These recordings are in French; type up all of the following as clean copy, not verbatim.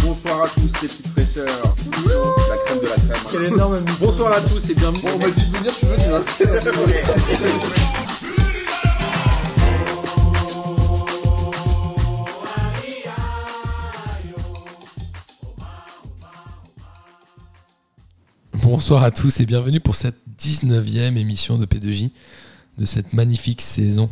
Bonsoir à tous les petites fraîcheurs. La crème de la crème. Quel énorme. Bonsoir à tous et bienvenue. Bon, on m'a dit de venir, je suis venu. Bonsoir à tous et bienvenue pour cette 19e émission de P2J de cette magnifique saison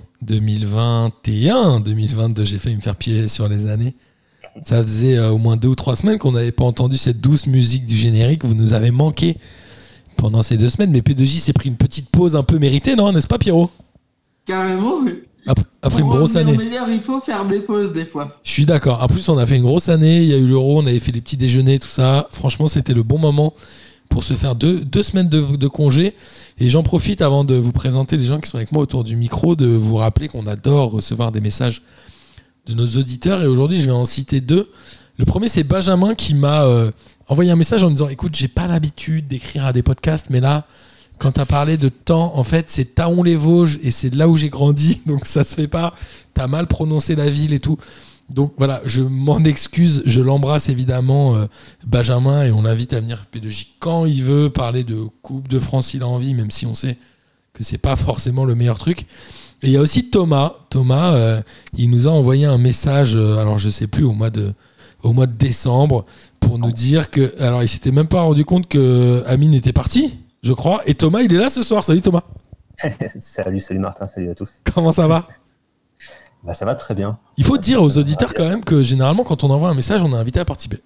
2021-2022. J'ai failli me faire piéger sur les années. Ça faisait au moins 2 ou 3 semaines qu'on n'avait pas entendu cette douce musique du générique. Vous nous avez manqué pendant ces 2 semaines, mais P2J s'est pris une petite pause un peu méritée, non, n'est-ce pas Pierrot ? Carrément, mais après une grosse année. Meilleur, il faut faire des pauses des fois. Je suis d'accord. En plus, on a fait une grosse année. Il y a eu l'Euro, on avait fait les petits déjeuners, tout ça. Franchement, c'était le bon moment pour se faire 2 semaines de congé. Et j'en profite avant de vous présenter les gens qui sont avec moi autour du micro, de vous rappeler qu'on adore recevoir des messages de nos auditeurs. Et aujourd'hui, je vais en citer 2. Le premier, c'est Benjamin qui m'a envoyé un message en me disant « Écoute, j'ai pas l'habitude d'écrire à des podcasts, mais là, quand tu as parlé de temps, en fait, c'est Taon-les-Vosges et c'est de là où j'ai grandi, donc ça se fait pas. Tu as mal prononcé la ville et tout. » Donc voilà, je m'en excuse, je l'embrasse évidemment, Benjamin, et on l'invite à venir P2J quand il veut parler de Coupe de France s'il a envie, même si on sait que c'est pas forcément le meilleur truc. Et il y a aussi Thomas, il nous a envoyé un message, alors je sais plus, au mois de décembre, pour nous dire que, alors il s'était même pas rendu compte que Amine était parti, je crois, et Thomas il est là ce soir. Salut Thomas. Salut Martin, salut à tous. Comment ça va ? Bah, ça va très bien. Il faut dire aux auditeurs quand même que généralement quand on envoie un message, on est invité à participer.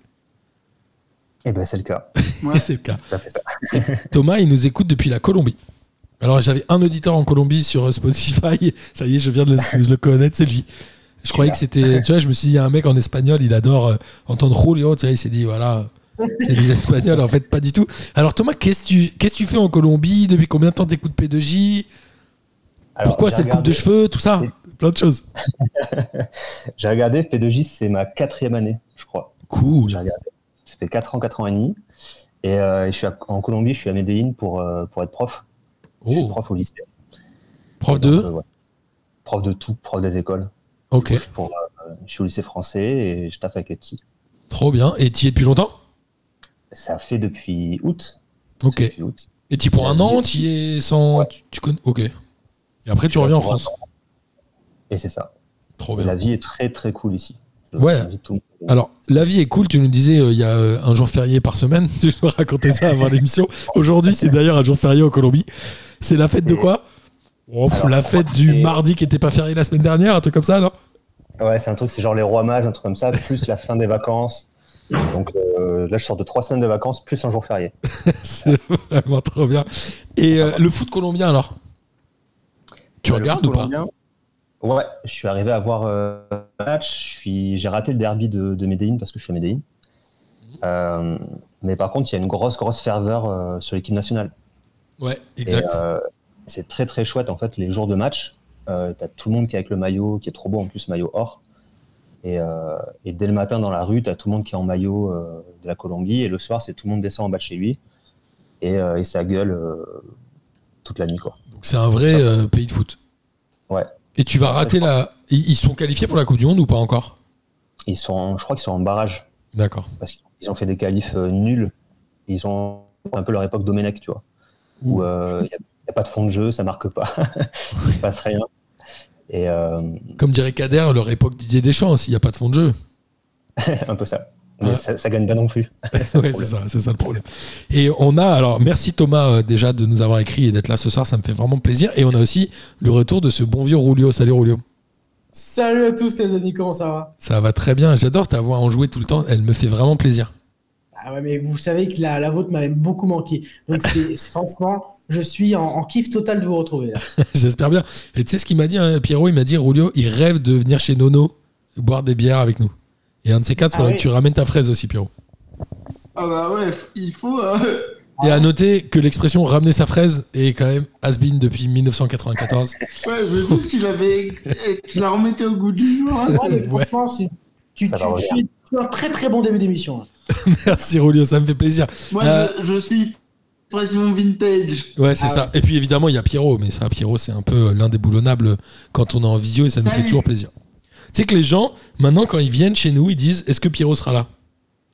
Eh ben c'est le cas. Ouais, c'est le cas. Ça fait ça. Thomas, il nous écoute depuis la Colombie. Alors j'avais un auditeur en Colombie sur Spotify, ça y est, je viens de le connaître, c'est lui. Je croyais que c'était, tu vois, je me suis dit, il y a un mec en espagnol, il adore entendre Julio, tu vois, il s'est dit, voilà, c'est des Espagnols, en fait, pas du tout. Alors Thomas, qu'est-ce que tu fais en Colombie ? Depuis combien de temps t'écoutes P2J ? Pourquoi cette coupe de cheveux, tout ça ? Plein de choses. J'ai regardé P2J, c'est ma 4e année, je crois. Cool. J'ai regardé. Ça fait 4 ans et demi. Et je suis en Colombie, je suis à Medellín pour être prof. Je suis prof au lycée. Prof de ouais. Prof de tout, prof des écoles. Ok. Je suis au lycée français et je taffe avec les petits. Trop bien. Et tu y es depuis longtemps ? Ça fait depuis août. Ok. Depuis août. Et tu y es pour un an, tu y es sans... Ouais. Tu connais... Ok. Et après, tu reviens en France. Et c'est ça. Trop bien. La vie est très très cool ici. Ouais. Alors, la vie est cool. Tu nous disais, il y a un jour férié par semaine. Tu nous racontais ça avant l'émission. Aujourd'hui, c'est d'ailleurs un jour férié en Colombie. C'est la fête de quoi ? La fête du mardi qui n'était pas férié la semaine dernière, un truc comme ça, non ? Ouais, c'est un truc, c'est genre les rois mages, un truc comme ça, plus la fin des vacances. Donc là, je sors de 3 semaines de vacances, plus un jour férié. C'est vraiment trop bien. Et le foot colombien, alors ? Tu regardes ou pas ? Ouais, je suis arrivé à voir un match. J'ai raté le derby de Medellín parce que je suis à Medellín. Mais par contre, il y a une grosse ferveur sur l'équipe nationale. Ouais, exact. Et, c'est très très chouette en fait. Les jours de match, t'as tout le monde qui est avec le maillot, qui est trop beau en plus, maillot or. Et dès le matin dans la rue, t'as tout le monde qui est en maillot de la Colombie. Et le soir, c'est tout le monde descend en bas de chez lui et ça gueule toute la nuit, quoi. Donc c'est un vrai pays de foot. Ouais. Et tu vas rater la. Ils sont qualifiés pour la Coupe du Monde ou pas encore ? Je crois qu'ils sont en barrage. D'accord. Parce qu'ils ont fait des qualifs nuls. Ils ont un peu leur époque Domenech, tu vois. Où il n'y a pas de fond de jeu, ça marque pas. Il se passe rien. Et comme dirait Kader, leur époque Didier Deschamps, s'il n'y a pas de fond de jeu. Un peu ça. Mais ça gagne pas non plus. Ouais, c'est ça le problème. Et on a, alors merci Thomas déjà de nous avoir écrit et d'être là ce soir, ça me fait vraiment plaisir. Et on a aussi le retour de ce bon vieux Julio. Salut Julio. Salut à tous les amis, comment ça va ? Ça va très bien, j'adore ta voix enjouée tout le temps, elle me fait vraiment plaisir. Ah ouais, mais vous savez que la vôtre m'avait beaucoup manqué. Donc franchement, je suis en kiff total de vous retrouver là. J'espère bien. Et tu sais ce qu'il m'a dit, hein, Pierrot, il m'a dit Julio, il rêve de venir chez Nono boire des bières avec nous. Et un de ces 4, il faudrait que tu ramènes ta fraise aussi, Pierrot. Ah bah ouais, il faut... Et à noter que l'expression ramener sa fraise est quand même has-been depuis 1994. Ouais, je trouve que tu la remettais au goût du jour. Hein. Ouais, mais franchement, tu as un très très bon début d'émission. Hein. Merci Julio, ça me fait plaisir. Moi, je suis expression vintage. Ouais, c'est ça. Ouais. Et puis évidemment, il y a Pierrot, mais ça, Pierrot, c'est un peu l'indéboulonnable quand on est en visio et ça nous fait toujours plaisir. Tu sais que les gens, maintenant, quand ils viennent chez nous, ils disent « Est-ce que Pierrot sera là ?»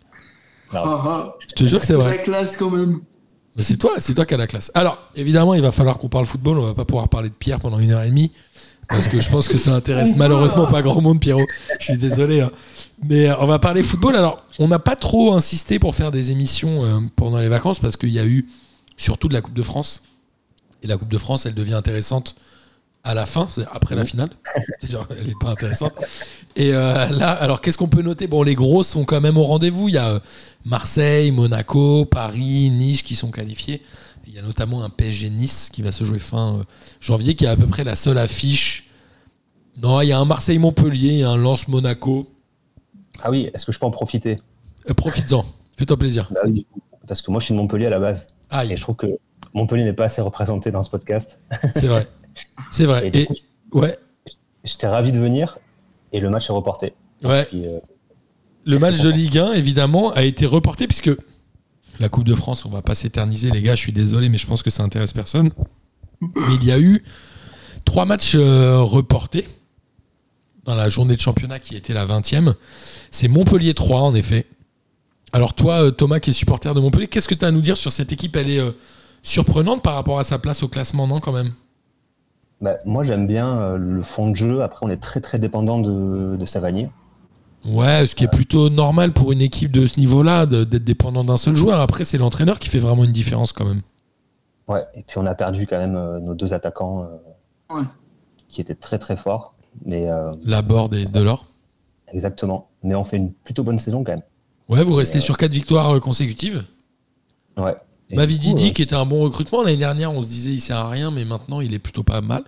Je te jure que c'est La vrai. classe quand même. Mais c'est toi qui as la classe. Alors, évidemment, il va falloir qu'on parle football. On va pas pouvoir parler de Pierre pendant 1h30. Parce que je pense que ça intéresse malheureusement pas grand monde, Pierrot. Je suis désolé. Hein. Mais on va parler football. Alors, on n'a pas trop insisté pour faire des émissions pendant les vacances parce qu'il y a eu surtout de la Coupe de France. Et la Coupe de France, elle devient intéressante à la fin, c'est après la finale. Genre, elle n'est pas intéressante. Et là, alors qu'est-ce qu'on peut noter ? Bon, les gros sont quand même au rendez-vous. Il y a Marseille, Monaco, Paris, Nice qui sont qualifiés. Il y a notamment un PSG Nice qui va se jouer fin janvier, qui est à peu près la seule affiche. Non, il y a un Marseille-Montpellier, un Lens-Monaco. Ah oui, est-ce que je peux en profiter ? Profites-en, fais-toi plaisir. Bah oui, parce que moi je suis de Montpellier à la base. Aïe. Et je trouve que Montpellier n'est pas assez représenté dans ce podcast. C'est vrai. C'est vrai. Et du coup, ouais. J'étais ravi de venir et le match est reporté. Ouais. Puis, Le match de Ligue 1, évidemment, a été reporté puisque la Coupe de France, on va pas s'éterniser, les gars, je suis désolé, mais je pense que ça intéresse personne. Mais il y a eu 3 matchs reportés dans la journée de championnat qui était la 20e. C'est Montpellier 3, en effet. Alors toi, Thomas, qui est supporter de Montpellier, qu'est-ce que tu as à nous dire sur cette équipe ? Elle est surprenante par rapport à sa place au classement, non, quand même ? bah, moi j'aime bien le fond de jeu. Après, on est très très dépendant de Savanier. Ouais, ce qui est plutôt normal pour une équipe de ce niveau-là, d'être dépendant d'un seul joueur. Après, c'est l'entraîneur qui fait vraiment une différence quand même. Ouais, et puis on a perdu quand même nos 2 attaquants Ouais. qui étaient très très forts. Mais Laborde et Delors. exactement. Mais on fait une plutôt bonne saison quand même. Ouais, vous restez sur 4 victoires consécutives. Ouais. Et Mavididi, du coup, qui était un bon recrutement. L'année dernière, on se disait il sert à rien, mais maintenant, il est plutôt pas mal.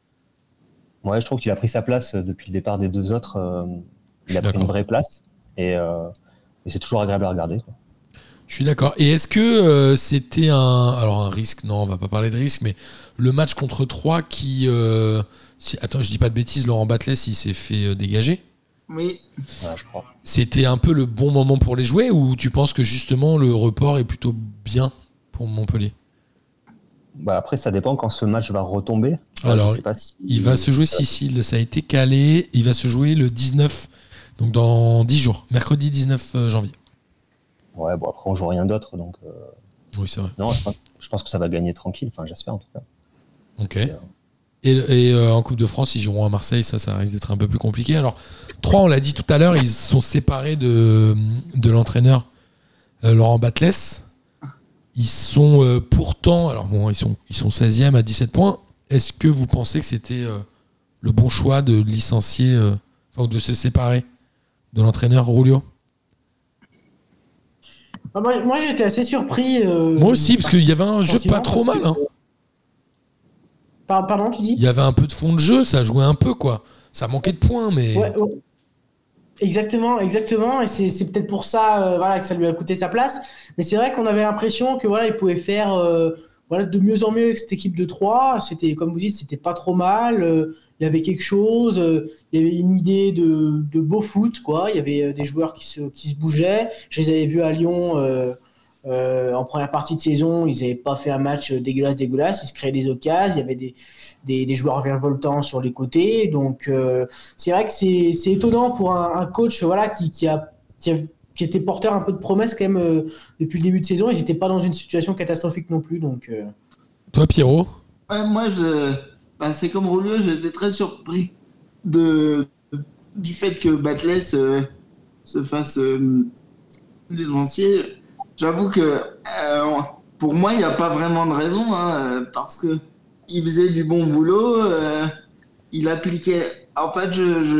ouais, je trouve qu'il a pris sa place depuis le départ des 2 autres. Je Il a suis pris une d'accord. vraie place et c'est toujours agréable à regarder, quoi. Je suis d'accord. Et est-ce que c'était un risque ? Non, on va pas parler de risque, mais le match contre 3 qui... attends, je dis pas de bêtises, Laurent Batles, il s'est fait dégager. Oui. Voilà, je crois. C'était un peu le bon moment pour les jouer ou tu penses que justement le report est plutôt bien pour Montpellier ? Bah, après, ça dépend quand ce match va retomber. Alors, je sais pas si- il va se jouer Sicile, ça a été calé. Il va se jouer le 19, donc dans 10 jours, mercredi 19 janvier. Ouais, bon, après, on joue rien d'autre. Donc, Oui, c'est vrai. non, je pense que ça va gagner tranquille. Enfin, j'espère en tout cas. Ok. Et en Coupe de France, ils joueront à Marseille, ça risque d'être un peu plus compliqué. Alors, 3, on l'a dit tout à l'heure, ils sont séparés de l'entraîneur Laurent Batles. Ils sont pourtant, alors bon, ils sont 16e à 17 points. Est-ce que vous pensez que c'était le bon choix de licencier, ou de se séparer de l'entraîneur Rulio ? Ah, moi, j'étais assez surpris. Moi aussi, parce qu'il y avait un jeu pas trop mal. Hein. Pardon, tu dis ? Il y avait un peu de fond de jeu, ça jouait un peu, quoi. Ça manquait de points, mais... Ouais. Exactement. Et c'est peut-être pour ça voilà, que ça lui a coûté sa place. Mais c'est vrai qu'on avait l'impression que voilà, il pouvait faire voilà, de mieux en mieux avec cette équipe de 3. C'était, comme vous dites, c'était pas trop mal. Il y avait quelque chose. Il y avait une idée de beau foot, quoi. Il y avait des joueurs qui se bougeaient. Je les avais vus à Lyon en première partie de saison. Ils n'avaient pas fait un match dégueulasse. Ils se créaient des occasions. Il y avait des joueurs virevoltants sur les côtés. Donc, c'est vrai que c'est étonnant pour un coach voilà, qui était porteur un peu de promesses quand même depuis le début de saison. Ils n'étaient pas dans une situation catastrophique non plus. Donc, Toi, Pierrot ? Ouais, moi, c'est comme Rolio, j'étais très surpris du fait que Batles se fasse licencier. J'avoue que pour moi, il n'y a pas vraiment de raison, hein, parce que il faisait du bon boulot, il appliquait. En fait,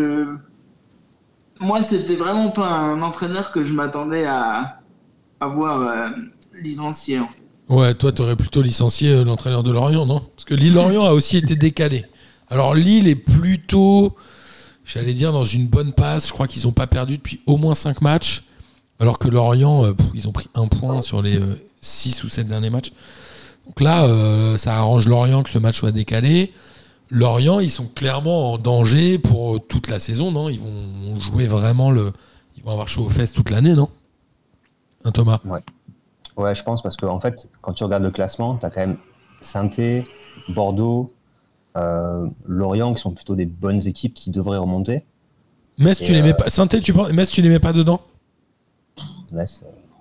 moi, c'était vraiment pas un entraîneur que je m'attendais à voir licencié. En fait. Ouais, toi, t'aurais plutôt licencié l'entraîneur de Lorient, non ? Parce que Lille-Lorient a aussi été décalé. Alors, Lille est plutôt, j'allais dire, dans une bonne passe. Je crois qu'ils n'ont pas perdu depuis au moins 5 matchs. Alors que Lorient, ils ont pris 1 point sur les 6 ou 7 derniers matchs. Donc là, ça arrange Lorient que ce match soit décalé. Lorient, ils sont clairement en danger pour toute la saison, non ? Ils vont jouer vraiment Ils vont avoir chaud aux fesses toute l'année, non ? Hein, Thomas ? Ouais, je pense parce que en fait, quand tu regardes le classement, tu as quand même Saint-Étienne, Bordeaux, Lorient qui sont plutôt des bonnes équipes qui devraient remonter. Metz, tu les mets pas. Saint-Étienne, tu penses Metz, tu les mets pas dedans ? Metz,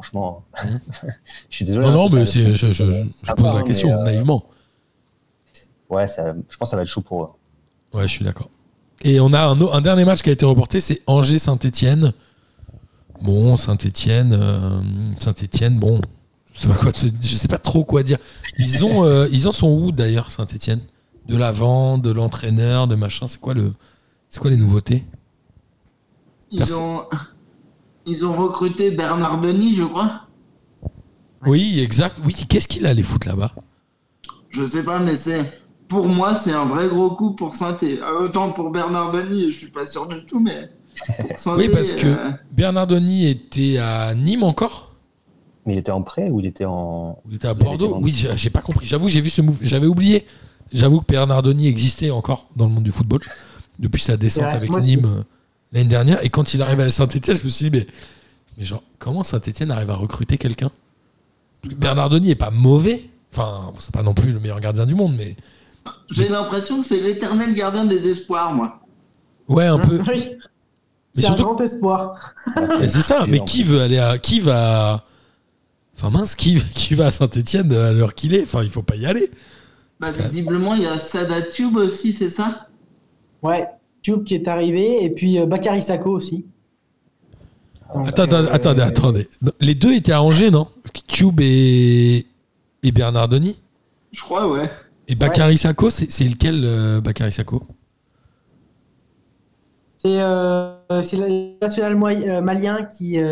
franchement. Je suis désolé. Non, hein, mais ça- je pose la question naïvement. Ouais, je pense que ça va être chaud pour eux. Ouais, je suis d'accord. Et on a un dernier match qui a été reporté, c'est Angers-Saint-Etienne. Bon, Saint-Etienne, bon, je sais pas trop quoi dire. Ils en sont où d'ailleurs, Saint-Etienne? De l'avant, de l'entraîneur, de machin, c'est quoi les nouveautés? Ils ont recruté Bernard Denis, je crois. Oui, exact. Oui, qu'est-ce qu'il allait foutre là-bas? Je sais pas, mais pour moi, c'est un vrai gros coup pour Saint-Étienne. Autant pour Bernard Denis, je suis pas sûr du tout, mais pour Saint-Étienne. Oui, parce que Bernardoni était à Nîmes encore? Mais il était en prêt ou il était en. Ou il était à Bordeaux? Oui, j'ai pas compris. J'avoue, j'ai vu ce move. J'avais oublié. J'avoue que Bernardoni existait encore dans le monde du football depuis sa descente Ouais, avec moi Nîmes l'année dernière. Et quand il arrive à Saint-Etienne, je me suis dit, mais genre, comment Saint-Etienne arrive à recruter quelqu'un? Bernardoni est pas mauvais. Enfin, c'est pas non plus le meilleur gardien du monde, mais. J'ai l'impression que c'est l'éternel gardien des espoirs, moi. Ouais, un peu. Oui. Mais C'est surtout, un grand espoir. mais c'est ça. Mais qui veut aller à. Qui va. Enfin, mince, qui va à Saint-Etienne à l'heure qu'il est? Enfin, il faut pas y aller. Bah, visiblement, il y a Sada Tube aussi, c'est ça? Ouais, Tube qui est arrivé, et puis Bakary Sako aussi. Donc, Attendez. Les deux étaient à Angers, non? Tube et Bernardoni? Je crois, ouais. Et Bakary Sako, c'est lequel, Bakary Sako? C'est le national malien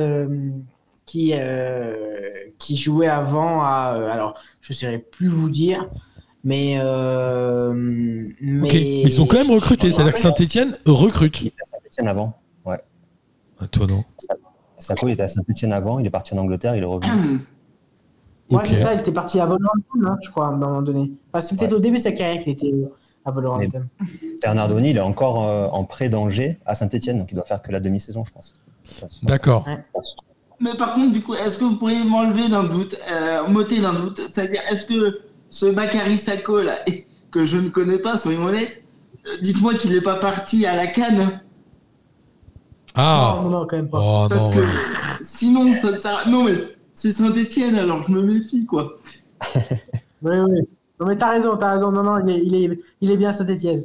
qui jouait avant à. Alors, je ne saurais plus vous dire, mais. Ok, mais ils ont quand même recruté, c'est-à-dire que Saint-Etienne recrute. Il était à Saint-Etienne avant. Ouais. Ah, toi, non? Sako, il était à Saint-Etienne avant, il est parti en Angleterre, il est revenu. Ouais, Ok. c'est ça, il était parti à Wolverhampton, hein, je crois, à un moment donné. Enfin, c'est peut-être au début de sa carrière qu'il était à Wolverhampton. Bernardoni, il est encore en prêt d'Angers à Saint-Etienne, donc il doit faire que la demi-saison, je pense. D'accord. Ouais. Mais par contre, du coup, est-ce que vous pourriez m'ôter d'un doute? C'est-à-dire, est-ce que ce Bakary Sako, là, que je ne connais pas, soyons honnêtes, dites-moi qu'il n'est pas parti à la Cannes? Ah! Non, quand même pas. Oh Parce non, que ouais. sinon, ça ne sert à... Non, mais c'est Saint-Etienne, alors je me méfie, quoi. Oui. Non, mais t'as raison. Non, il est bien à Saint-Etienne.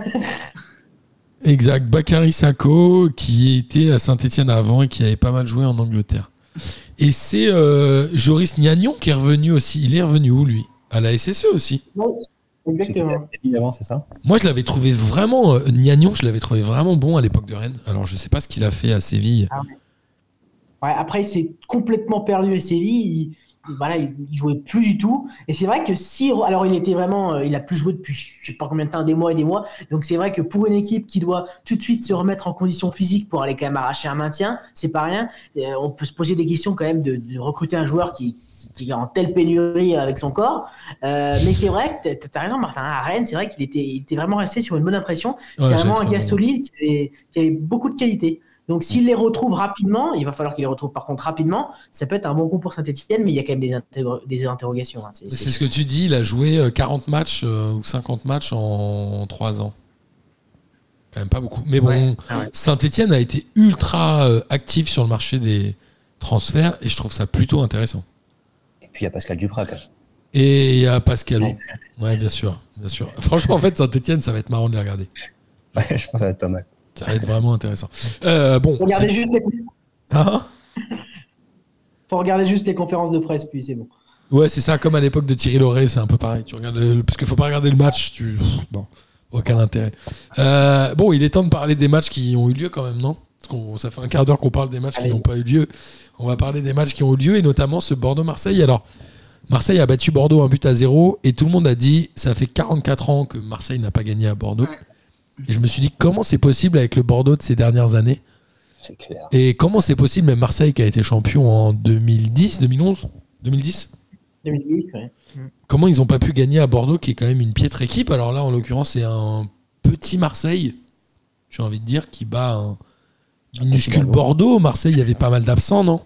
Exact. Bakary Sako, qui était à Saint-Etienne avant et qui avait pas mal joué en Angleterre. Et c'est Joris Gnagnon qui est revenu aussi. Il est revenu où, lui? À la SSE aussi. Ouais, C'était exactement. à Séville avant, c'est ça? Moi, je l'avais trouvé vraiment... Gnagnon, je l'avais trouvé vraiment bon à l'époque de Rennes. Alors, je sais pas ce qu'il a fait à Séville. Ouais, après, il s'est complètement perdu à Séville. Il jouait plus du tout. Et c'est vrai que alors il était vraiment, il a plus joué depuis je sais pas combien de temps, des mois et des mois. Donc c'est vrai que pour une équipe qui doit tout de suite se remettre en condition physique pour aller quand même arracher un maintien, c'est pas rien. On peut se poser des questions quand même de recruter un joueur qui est en telle pénurie avec son corps. Mais c'est vrai que t'as raison, Martin. À Rennes, c'est vrai qu'il était vraiment resté sur une bonne impression. Ouais, C'est vraiment un j'ai gars trouvé solide qui avait beaucoup de qualité. Donc, s'il les retrouve rapidement, il va falloir qu'il les retrouve par contre rapidement. Ça peut être un bon coup pour Saint-Etienne, mais il y a quand même des interrogations. Hein. C'est ce que tu dis, il a joué 40 matchs ou 50 matchs en 3 ans. Quand même pas beaucoup. Mais bon, Ouais. Saint-Etienne a été ultra actif sur le marché des transferts et je trouve ça plutôt intéressant. Et puis il y a Pascal Duprat, quand même. Et il y a Pascalou. Ouais, bien sûr. Franchement, en fait, Saint-Etienne, ça va être marrant de les regarder. Ouais, je pense que ça va être pas mal. Ça va être vraiment intéressant. Bon. Regardez juste les... Ah, Faut regarder juste les conférences de presse, puis c'est bon. ouais, c'est ça, comme à l'époque de Thierry Lauré, c'est un peu pareil. Tu regardes parce qu'il faut pas regarder le match, bon, aucun intérêt. Bon, il est temps de parler des matchs qui ont eu lieu quand même, non? Parce ça fait un quart d'heure qu'on parle des matchs qui n'ont pas eu lieu. On va parler des matchs qui ont eu lieu et notamment ce Bordeaux-Marseille. Alors, Marseille a battu Bordeaux 1-0 et tout le monde a dit ça fait 44 ans que Marseille n'a pas gagné à Bordeaux. Et je me suis dit comment c'est possible avec le Bordeaux de ces dernières années? C'est clair. Et comment c'est possible, même Marseille qui a été champion en 2010, 2011, 2010? 2008, ouais. Comment ils n'ont pas pu gagner à Bordeaux, qui est quand même une piètre équipe? Alors là, en l'occurrence, c'est un petit Marseille, j'ai envie de dire, qui bat un minuscule Bordeaux. Marseille, il y avait pas mal d'absents, non?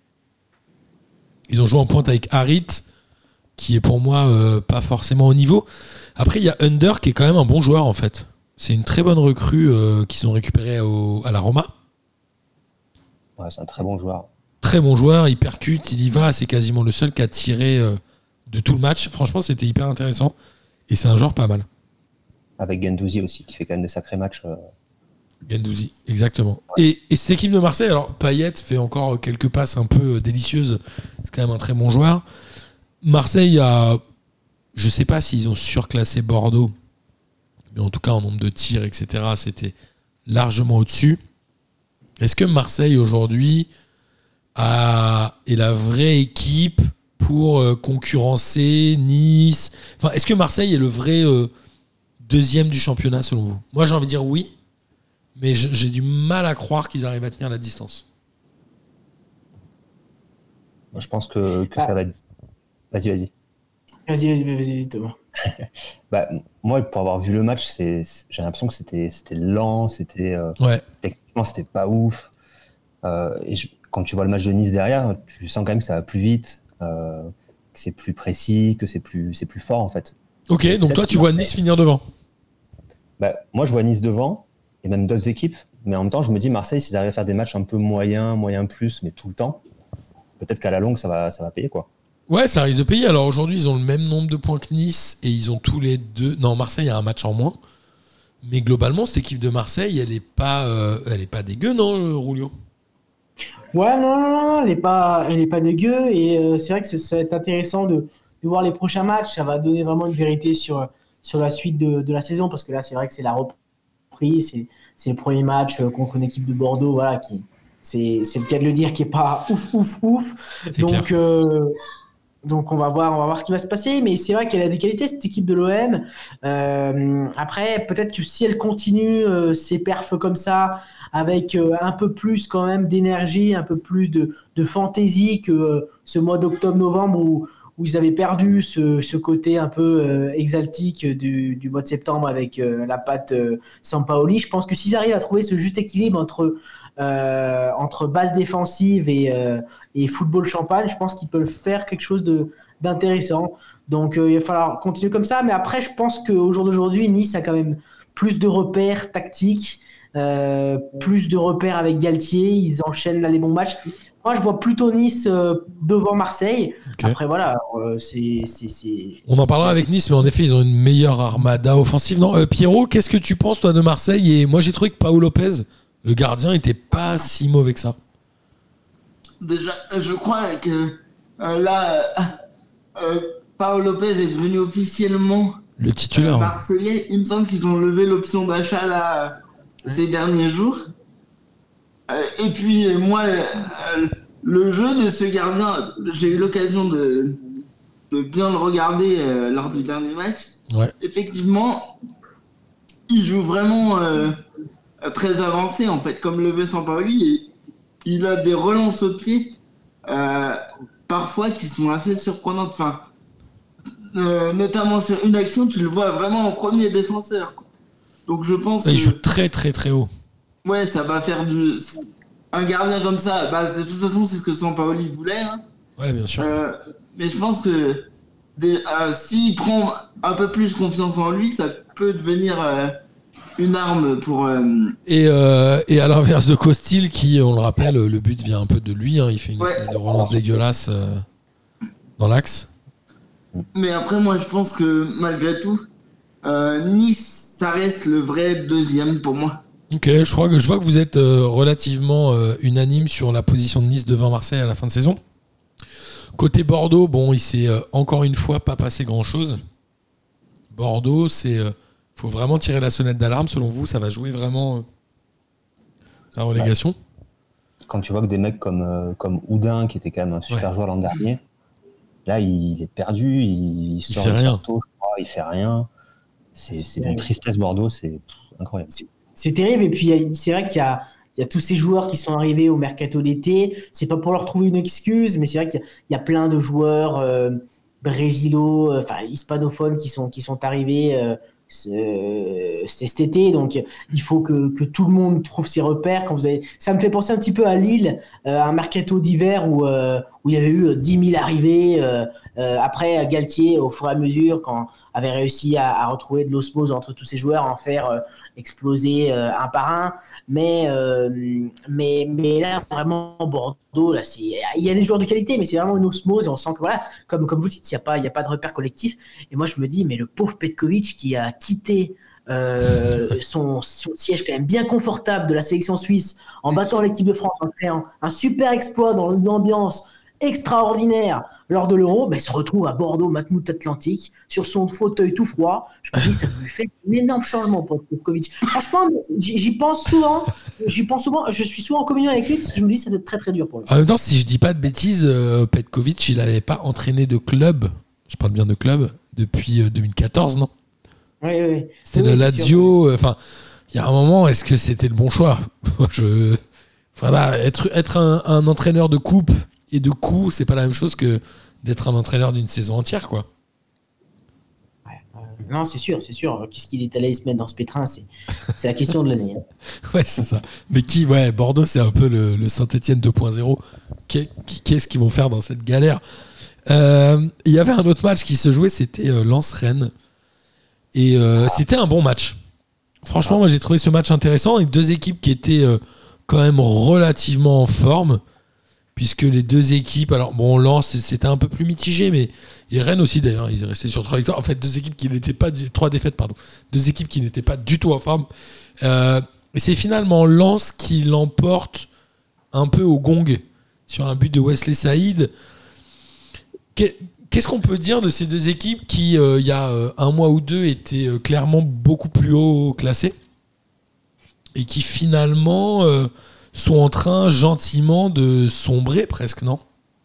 Ils ont joué en pointe avec Harit, qui est pour moi pas forcément au niveau. Après, il y a Under, qui est quand même un bon joueur, en fait. C'est une très bonne recrue qu'ils ont récupérée à la Roma. Ouais, c'est un très bon joueur. très bon joueur, il percute, il y va, c'est quasiment le seul qui a tiré de tout le match. Franchement, c'était hyper intéressant. Et c'est un joueur pas mal. Avec Guendouzi aussi, qui fait quand même des sacrés matchs. Guendouzi, exactement. Et cette équipe de Marseille, alors Payet fait encore quelques passes un peu délicieuses. C'est quand même un très bon joueur. Marseille a, je sais pas s'ils ont surclassé Bordeaux, mais en tout cas en nombre de tirs, etc., c'était largement au-dessus. Est-ce que Marseille aujourd'hui est la vraie équipe pour concurrencer Nice? Enfin, est-ce que Marseille est le vrai deuxième du championnat selon vous? Moi, j'ai envie de dire oui, mais j'ai du mal à croire qu'ils arrivent à tenir la distance. Moi, je pense que ça va être... Vas-y. Vas-y, Thomas. Moi, pour avoir vu le match, j'ai l'impression que c'était lent, techniquement, c'était pas ouf. Quand tu vois le match de Nice derrière, tu sens quand même que ça va plus vite, que c'est plus précis, que c'est plus fort en fait. Ok, donc toi, tu vois Nice finir devant. Moi, je vois Nice devant, et même d'autres équipes, mais en même temps, je me dis Marseille, s'ils arrivent à faire des matchs un peu moyen plus, mais tout le temps, peut-être qu'à la longue, ça va payer quoi. Ouais, ça risque de payer. Alors aujourd'hui, ils ont le même nombre de points que Nice et ils ont tous les deux. Non, Marseille a un match en moins. Mais globalement, cette équipe de Marseille, elle est pas dégueu, non, Rulio? Ouais, non, elle est pas dégueu. Et c'est vrai que ça va être intéressant de voir les prochains matchs. Ça va donner vraiment une vérité sur la suite de la saison. Parce que là, c'est vrai que c'est la reprise. C'est le premier match contre une équipe de Bordeaux. Voilà, c'est le cas de le dire, qui est pas ouf. Donc on va voir ce qui va se passer, mais c'est vrai qu'elle a des qualités, cette équipe de l'OM. Après, peut-être que si elle continue ses perfs comme ça, avec un peu plus quand même d'énergie, un peu plus de fantaisie que ce mois d'octobre-novembre où ils avaient perdu ce côté un peu exaltique du mois de septembre avec la patte Sampaoli. Je pense que s'ils arrivent à trouver ce juste équilibre entre base défensive et football champagne, je pense qu'ils peuvent faire quelque chose d'intéressant. Donc il va falloir continuer comme ça. Mais après, je pense qu'au jour d'aujourd'hui, Nice a quand même plus de repères tactiques, plus de repères avec Galtier. Ils enchaînent là les bons matchs. Moi, je vois plutôt Nice devant Marseille. Okay. Après, voilà, on en parlera avec Nice, mais en effet, ils ont une meilleure armada offensive. Non, Pierrot, qu'est-ce que tu penses, toi, de Marseille? Et moi, j'ai trouvé que Pau Lopez, le gardien, était pas si mauvais que ça. Déjà, je crois que Pau Lopez est devenu officiellement le titulaire. Marseillais. Il me semble qu'ils ont levé l'option d'achat là ces derniers jours. Et puis moi, le jeu de ce gardien, j'ai eu l'occasion de bien le regarder lors du dernier match. Ouais. Effectivement, il joue vraiment très avancé en fait, comme le veut Sampaoli. Et il a des relances au pied parfois qui sont assez surprenantes. Enfin, notamment sur une action, tu le vois vraiment en premier défenseur, quoi. Donc je pense il joue très très très haut. Ouais, ça va faire un gardien comme ça. De toute façon, c'est ce que Sampaoli voulait. Hein. Ouais, bien sûr. Mais je pense que s'il prend un peu plus confiance en lui, ça peut devenir une arme pour. Et à l'inverse de Costil, qui, on le rappelle, le but vient un peu de lui. Hein, il fait une espèce de relance dégueulasse dans l'axe. Mais après, moi, je pense que malgré tout, Nice, ça reste le vrai deuxième pour moi. Ok, je vois que vous êtes relativement unanime sur la position de Nice devant Marseille à la fin de saison. Côté Bordeaux, bon, il s'est encore une fois pas passé grand-chose. Bordeaux, faut vraiment tirer la sonnette d'alarme. Selon vous, ça va jouer vraiment la relégation? Quand tu vois que des mecs comme Houdin, qui était quand même un super joueur l'an dernier, là, il est perdu, il sort fait rien. Sarto, je crois, il fait rien. C'est une tristesse, Bordeaux, c'est incroyable. C'est terrible, et puis c'est vrai qu'il y a tous ces joueurs qui sont arrivés au mercato d'été. C'est pas pour leur trouver une excuse, mais c'est vrai qu'il y a plein de joueurs hispanophones qui sont arrivés cet été. Donc il faut que tout le monde trouve ses repères. Ça me fait penser un petit peu à Lille, un mercato d'hiver où il y avait eu 10 000 arrivées. Après, Galtier, au fur et à mesure, quand avait réussi à retrouver de l'osmose entre tous ces joueurs, à en faire exploser un par un. Mais là, vraiment, Bordeaux, là, il y a des joueurs de qualité, mais c'est vraiment une osmose et on sent que, voilà, comme vous dites, il n'y a pas de repère collectif. Et moi, je me dis, mais le pauvre Petkovic qui a quitté son siège quand même bien confortable de la sélection suisse en battant l'équipe de France, en créant un super exploit dans une ambiance extraordinaire lors de l'Euro, il se retrouve à Bordeaux, Matmut Atlantique, sur son fauteuil tout froid. Je me dis, ça lui fait un énorme changement pour Petkovic. Franchement, j'y pense souvent. Je suis souvent en communion avec lui parce que je me dis, ça doit être très très dur pour lui. En même temps, si je dis pas de bêtises, Petkovic, il n'avait pas entraîné de club, je parle bien de club, depuis 2014, non ? Oui. C'était le Lazio. Enfin, il y a un moment, est-ce que c'était le bon choix ? Voilà, être un entraîneur de coupe et de coups, c'est pas la même chose que d'être un entraîneur d'une saison entière, quoi. Non, c'est sûr. Qu'est-ce qu'il est allé se mettre dans ce pétrin, c'est la question de l'année. Ouais, c'est ça. Mais Bordeaux, c'est un peu le Saint-Etienne 2.0. Qu'est-ce qu'ils vont faire dans cette galère ? Il y avait un autre match qui se jouait, c'était Lens-Rennes. Et c'était un bon match. Franchement, moi, j'ai trouvé ce match intéressant avec deux équipes qui étaient quand même relativement en forme. Puisque les deux équipes, alors bon, Lens, c'était un peu plus mitigé, mais et Rennes aussi d'ailleurs, ils restaient sur 3 victoires. En fait, deux équipes qui n'étaient pas 3 défaites, pardon. Deux équipes qui n'étaient pas du tout en forme. Et c'est finalement Lens qui l'emporte un peu au gong sur un but de Wesley Saïd. Qu'est-ce qu'on peut dire de ces deux équipes qui, il y a un mois ou deux, étaient clairement beaucoup plus haut classées et qui finalement sont en train gentiment de sombrer presque, non ?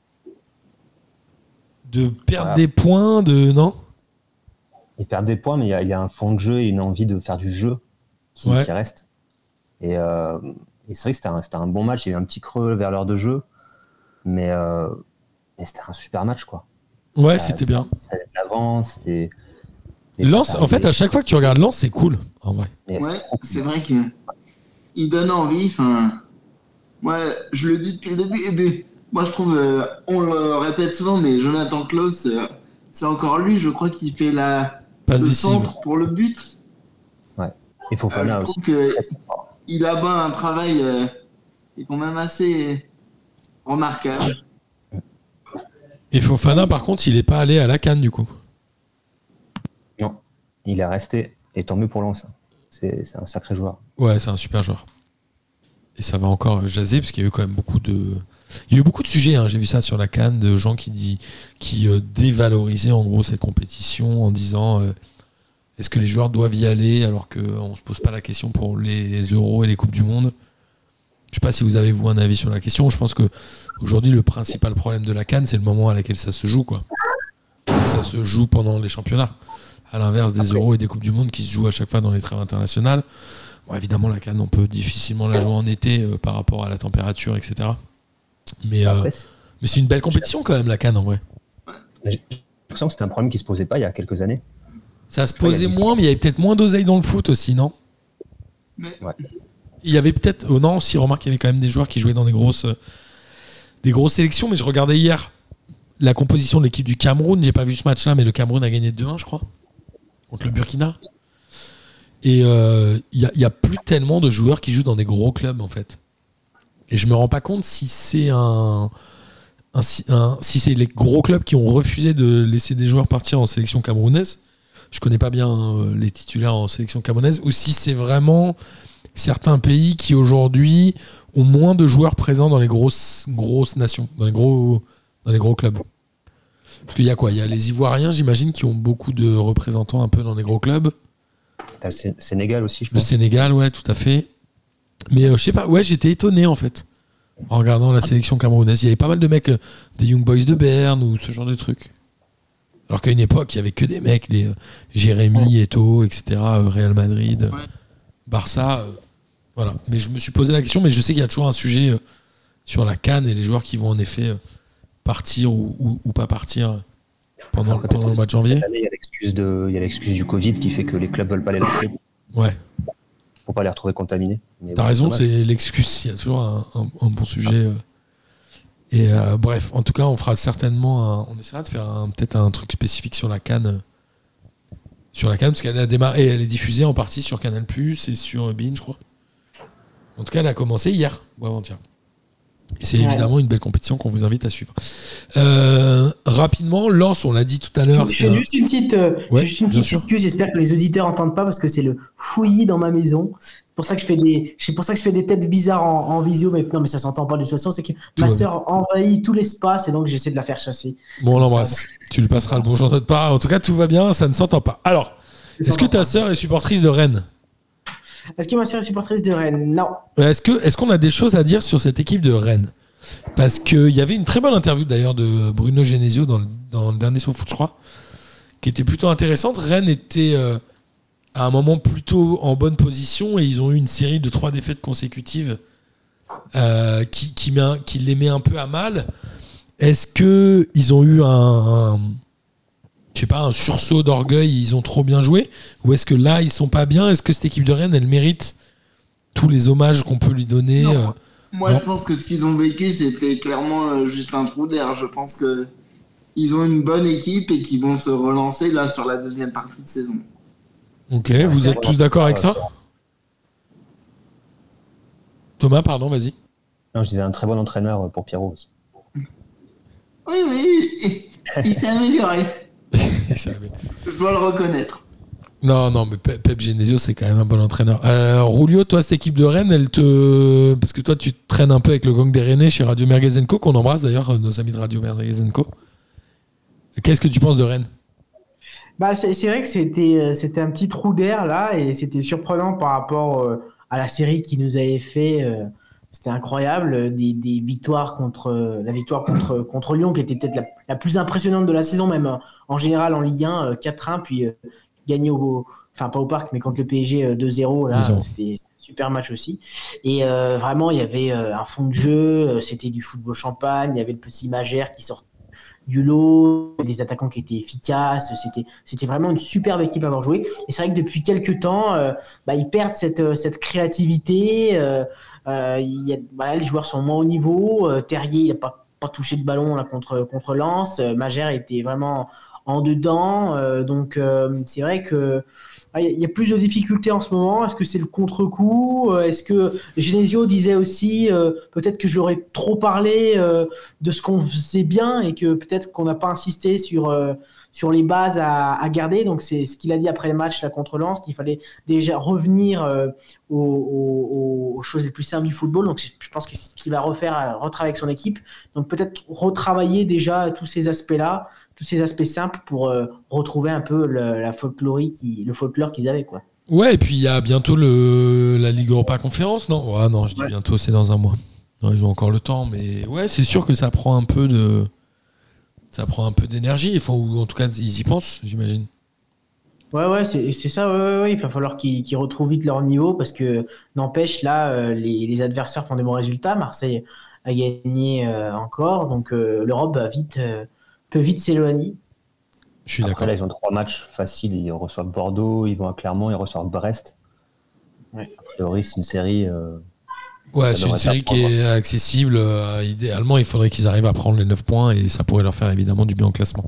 De perdre des points, non ? Ils perdent des points, mais il y a un fond de jeu et une envie de faire du jeu qui reste. Et c'est vrai que c'était un bon match. Il y a eu un petit creux vers l'heure de jeu, mais c'était un super match, quoi. Ouais, c'était bien. Ça allait de l'avant, c'était... Lens, en fait, à chaque fois que tu regardes Lens, c'est cool, en vrai. Ouais, c'est vrai qu'il donne envie. Enfin, moi, je le dis depuis le début. Et puis, moi, je trouve, on le répète souvent, mais Jonathan Klaus, c'est encore lui, je crois, qui fait le centre pour le but. Ouais. Et Fofana je aussi. trouve qu'il abat un travail qui est quand même assez remarquable. Et Fofana, par contre, il n'est pas allé à la CAN, du coup. Non, il est resté, et tant mieux pour Lens. C'est un sacré joueur. Ouais, c'est un super joueur. Et ça va encore jaser, parce qu'il y a eu quand même beaucoup de sujets, hein. J'ai vu ça sur la CAN, de gens qui dévalorisaient en gros cette compétition en disant est-ce que les joueurs doivent y aller alors qu'on ne se pose pas la question pour les Euros et les Coupes du Monde. Je ne sais pas si vous avez un avis sur la question. Je pense qu'aujourd'hui, le principal problème de la CAN, c'est le moment à laquelle ça se joue, quoi. Ça se joue pendant les championnats, à l'inverse des Euros et des Coupes du Monde qui se jouent à chaque fois dans les trêves internationales. Bon, évidemment, la CAN, on peut difficilement la jouer en été par rapport à la température, etc. Mais c'est une belle compétition quand même, la CAN, en vrai. J'ai l'impression que c'était un problème qui ne se posait pas il y a quelques années. Ça se posait moins, mais il y avait peut-être moins d'oseille dans le foot aussi, non ? Ouais. Il y avait peut-être... Oh non, si, remarque, il y avait quand même des joueurs qui jouaient dans des grosses sélections, mais je regardais hier la composition de l'équipe du Cameroun. J'ai pas vu ce match-là, mais le Cameroun a gagné 2-1, je crois, contre le Burkina. Et il y a plus tellement de joueurs qui jouent dans des gros clubs, en fait. Et je me rends pas compte si c'est si c'est les gros clubs qui ont refusé de laisser des joueurs partir en sélection camerounaise. Je connais pas bien les titulaires en sélection camerounaise, ou si c'est vraiment certains pays qui aujourd'hui ont moins de joueurs présents dans les grosses nations, dans les gros clubs. Parce qu'il y a quoi ? Il y a les Ivoiriens, j'imagine, qui ont beaucoup de représentants un peu dans les gros clubs. T'as le Sénégal aussi, je pense. Le Sénégal, ouais, tout à fait. Mais je sais pas, ouais, j'étais étonné en fait en regardant la sélection camerounaise. Il y avait pas mal de mecs des Young Boys de Berne ou ce genre de trucs. Alors qu'à une époque, il y avait que des mecs, les Jérémy, Eto'o, etc., Real Madrid, Barça. Voilà. Mais je me suis posé la question, mais je sais qu'il y a toujours un sujet sur la CAN et les joueurs qui vont en effet partir ou pas partir pendant le mois de janvier. Cette année, il y a l'excuse du Covid qui fait que les clubs veulent pas les lâcher. Ouais. Pour pas les retrouver contaminés. Mais t'as raison, c'est l'excuse. Il y a toujours un bon sujet. Et bref, en tout cas, on fera certainement on essaiera de faire peut-être un truc spécifique sur la CAN sur la Cannes, parce qu'elle a démarré, et elle est diffusée en partie sur Canal+, et sur Bein, je crois. En tout cas, elle a commencé hier, ou avant-hier. Et c'est évidemment une belle compétition qu'on vous invite à suivre. Rapidement, Lens, on l'a dit tout à l'heure. J'ai juste une petite, excuse, j'espère que les auditeurs n'entendent pas parce que c'est le fouillis dans ma maison. C'est pour ça que je fais des têtes bizarres en visio, mais non, mais ça s'entend pas de toute façon. C'est que ma sœur envahit tout l'espace et donc j'essaie de la faire chasser. Bon, on l'embrasse. Tu lui passeras le bonjour de notre part. En tout cas, tout va bien, ça ne s'entend pas. Alors, est-ce que ta sœur est supportrice de Rennes ? Est-ce que ma sœur est supportrice de Rennes ? Non. Est-ce qu'on a des choses à dire sur cette équipe de Rennes ? Parce qu'il y avait une très bonne interview d'ailleurs de Bruno Genesio dans le dernier SoFoot, je crois, qui était plutôt intéressante. Rennes était à un moment plutôt en bonne position et ils ont eu une série de 3 défaites consécutives qui les met un peu à mal. Est-ce qu'ils ont eu un sursaut d'orgueil, ils ont trop bien joué, ou est-ce que là ils sont pas bien ? Est-ce que cette équipe de Rennes elle mérite tous les hommages qu'on peut lui donner ? Moi, je pense que ce qu'ils ont vécu, c'était clairement juste un trou d'air. Je pense que ils ont une bonne équipe et qu'ils vont se relancer là sur la deuxième partie de saison. Ok, vous êtes tous d'accord avec ça ? Thomas, pardon, vas-y. Non, je disais un très bon entraîneur pour Pierrot aussi. Oui, il s'est amélioré. Je dois le reconnaître. Non, mais Pep Genesio, c'est quand même un bon entraîneur. Rulio, toi, cette équipe de Rennes, parce que toi, tu traînes un peu avec le gang des Rennais chez Radio Merguez & Co, qu'on embrasse d'ailleurs, nos amis de Radio Merguez & Co. Qu'est-ce que tu penses de Rennes ? C'est vrai que c'était un petit trou d'air là, et c'était surprenant par rapport à la série qui nous avait fait. C'était incroyable, des victoires la victoire contre Lyon, qui était peut-être la plus impressionnante de la saison, même en général en Ligue 1, 4-1, puis gagner pas au Parc, mais contre le PSG 2-0, là, c'était un super match aussi. Et vraiment, il y avait un fond de jeu, c'était du football champagne, il y avait le petit Magère qui sortait du lot, des attaquants qui étaient efficaces, c'était vraiment une superbe équipe à avoir joué. Et c'est vrai que depuis quelques temps, ils perdent cette créativité. Les joueurs sont moins haut niveau. Terrier, il n'a pas touché de ballon là, contre Lens. Magère était vraiment en dedans. Donc, c'est vrai que il y a plus de difficultés en ce moment. Est-ce que c'est le contre-coup ? Est-ce que Genesio disait aussi peut-être que je leur ai trop parlé de ce qu'on faisait bien et que peut-être qu'on n'a pas insisté sur les bases à garder. Donc, c'est ce qu'il a dit après le match là, contre Lens, qu'il fallait déjà revenir aux choses les plus simples du football. Donc, je pense que c'est ce qu'il va retravailler avec son équipe. Donc, peut-être retravailler déjà tous ces aspects-là, tous ces aspects simples pour retrouver un peu le folklore qu'ils avaient, quoi. Ouais, et puis il y a bientôt la Ligue Europa Conférence, non ? Ouais, non, je dis bientôt, c'est dans un mois. Non, ils ont encore le temps, mais ouais, c'est sûr que ça prend un peu d'énergie, ou en tout cas, ils y pensent, j'imagine. Ouais, c'est ça, ouais. Il va falloir qu'ils retrouvent vite leur niveau, parce que, n'empêche, là, les adversaires font des bons résultats. Marseille a gagné encore, donc l'Europe peut vite s'éloigner. Je suis d'accord. Là, ils ont 3 matchs faciles. Ils reçoivent Bordeaux, ils vont à Clermont, ils reçoivent Brest. Ouais. A priori, c'est une série... c'est une série qui est accessible. Idéalement, il faudrait qu'ils arrivent à prendre les 9 points et ça pourrait leur faire évidemment du bien au classement.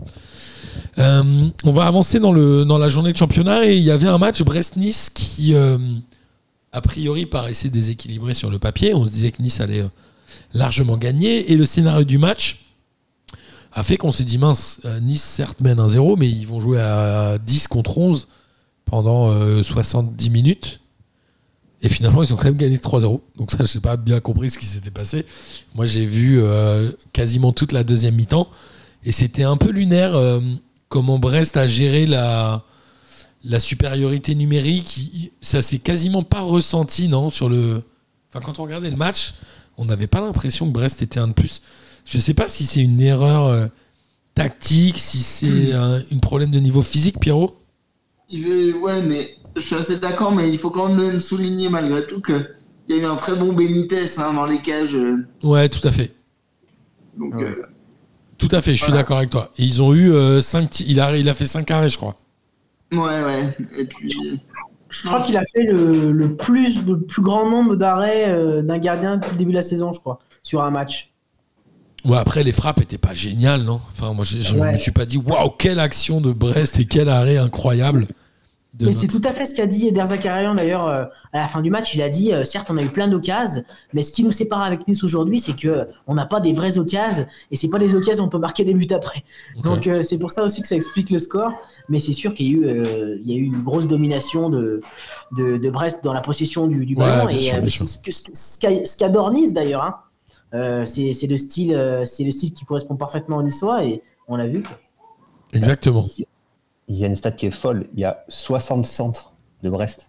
On va avancer dans la journée de championnat et il y avait un match Brest-Nice qui, a priori, paraissait déséquilibré sur le papier. On se disait que Nice allait largement gagner et le scénario du match a fait qu'on s'est dit mince, Nice certes mène 1-0, mais ils vont jouer à 10 contre 11 pendant 70 minutes. Et finalement, ils ont quand même gagné 3-0. Donc ça, je n'ai pas bien compris ce qui s'était passé. Moi, j'ai vu quasiment toute la deuxième mi-temps. Et c'était un peu lunaire comment Brest a géré la supériorité numérique. Ça s'est quasiment pas ressenti, non, quand on regardait le match, on n'avait pas l'impression que Brest était un de plus. Je ne sais pas si c'est une erreur tactique, si c'est un problème de niveau physique, Pierrot. Ouais, mais je suis assez d'accord, mais il faut quand même souligner malgré tout qu'il y a eu un très bon Benitez dans les cages. Ouais, tout à fait. Donc, tout à fait, je suis d'accord avec toi. Et ils ont eu 5 il a fait 5 arrêts, je crois. Ouais. Et puis... Je crois qu'il a fait le plus grand nombre d'arrêts d'un gardien depuis le début de la saison, je crois, sur un match. Ouais, après, les frappes n'étaient pas géniales, non ? Enfin, moi, je me suis pas dit, waouh, quelle action de Brest et quel arrêt incroyable. de Mais c'est notre- tout à fait ce qu'a dit Eder Zakarian d'ailleurs à la fin du match. Il a dit certes, on a eu plein d'occasions, mais ce qui nous sépare avec Nice aujourd'hui, c'est que on n'a pas des vraies occasions et c'est pas des occasions où on peut marquer des buts après. Ok. Donc c'est pour ça aussi que ça explique le score. Mais c'est sûr qu'il y a eu une grosse domination de Brest dans la possession du Ouais, ballon. bien sûr, bien Mais sûr. c'est ce qu'adore Nice d'ailleurs. Hein. C'est le style qui correspond parfaitement au Niçois et on l'a vu. Exactement. Il y a une stat qui est folle. Il y a 60 centres de Brest.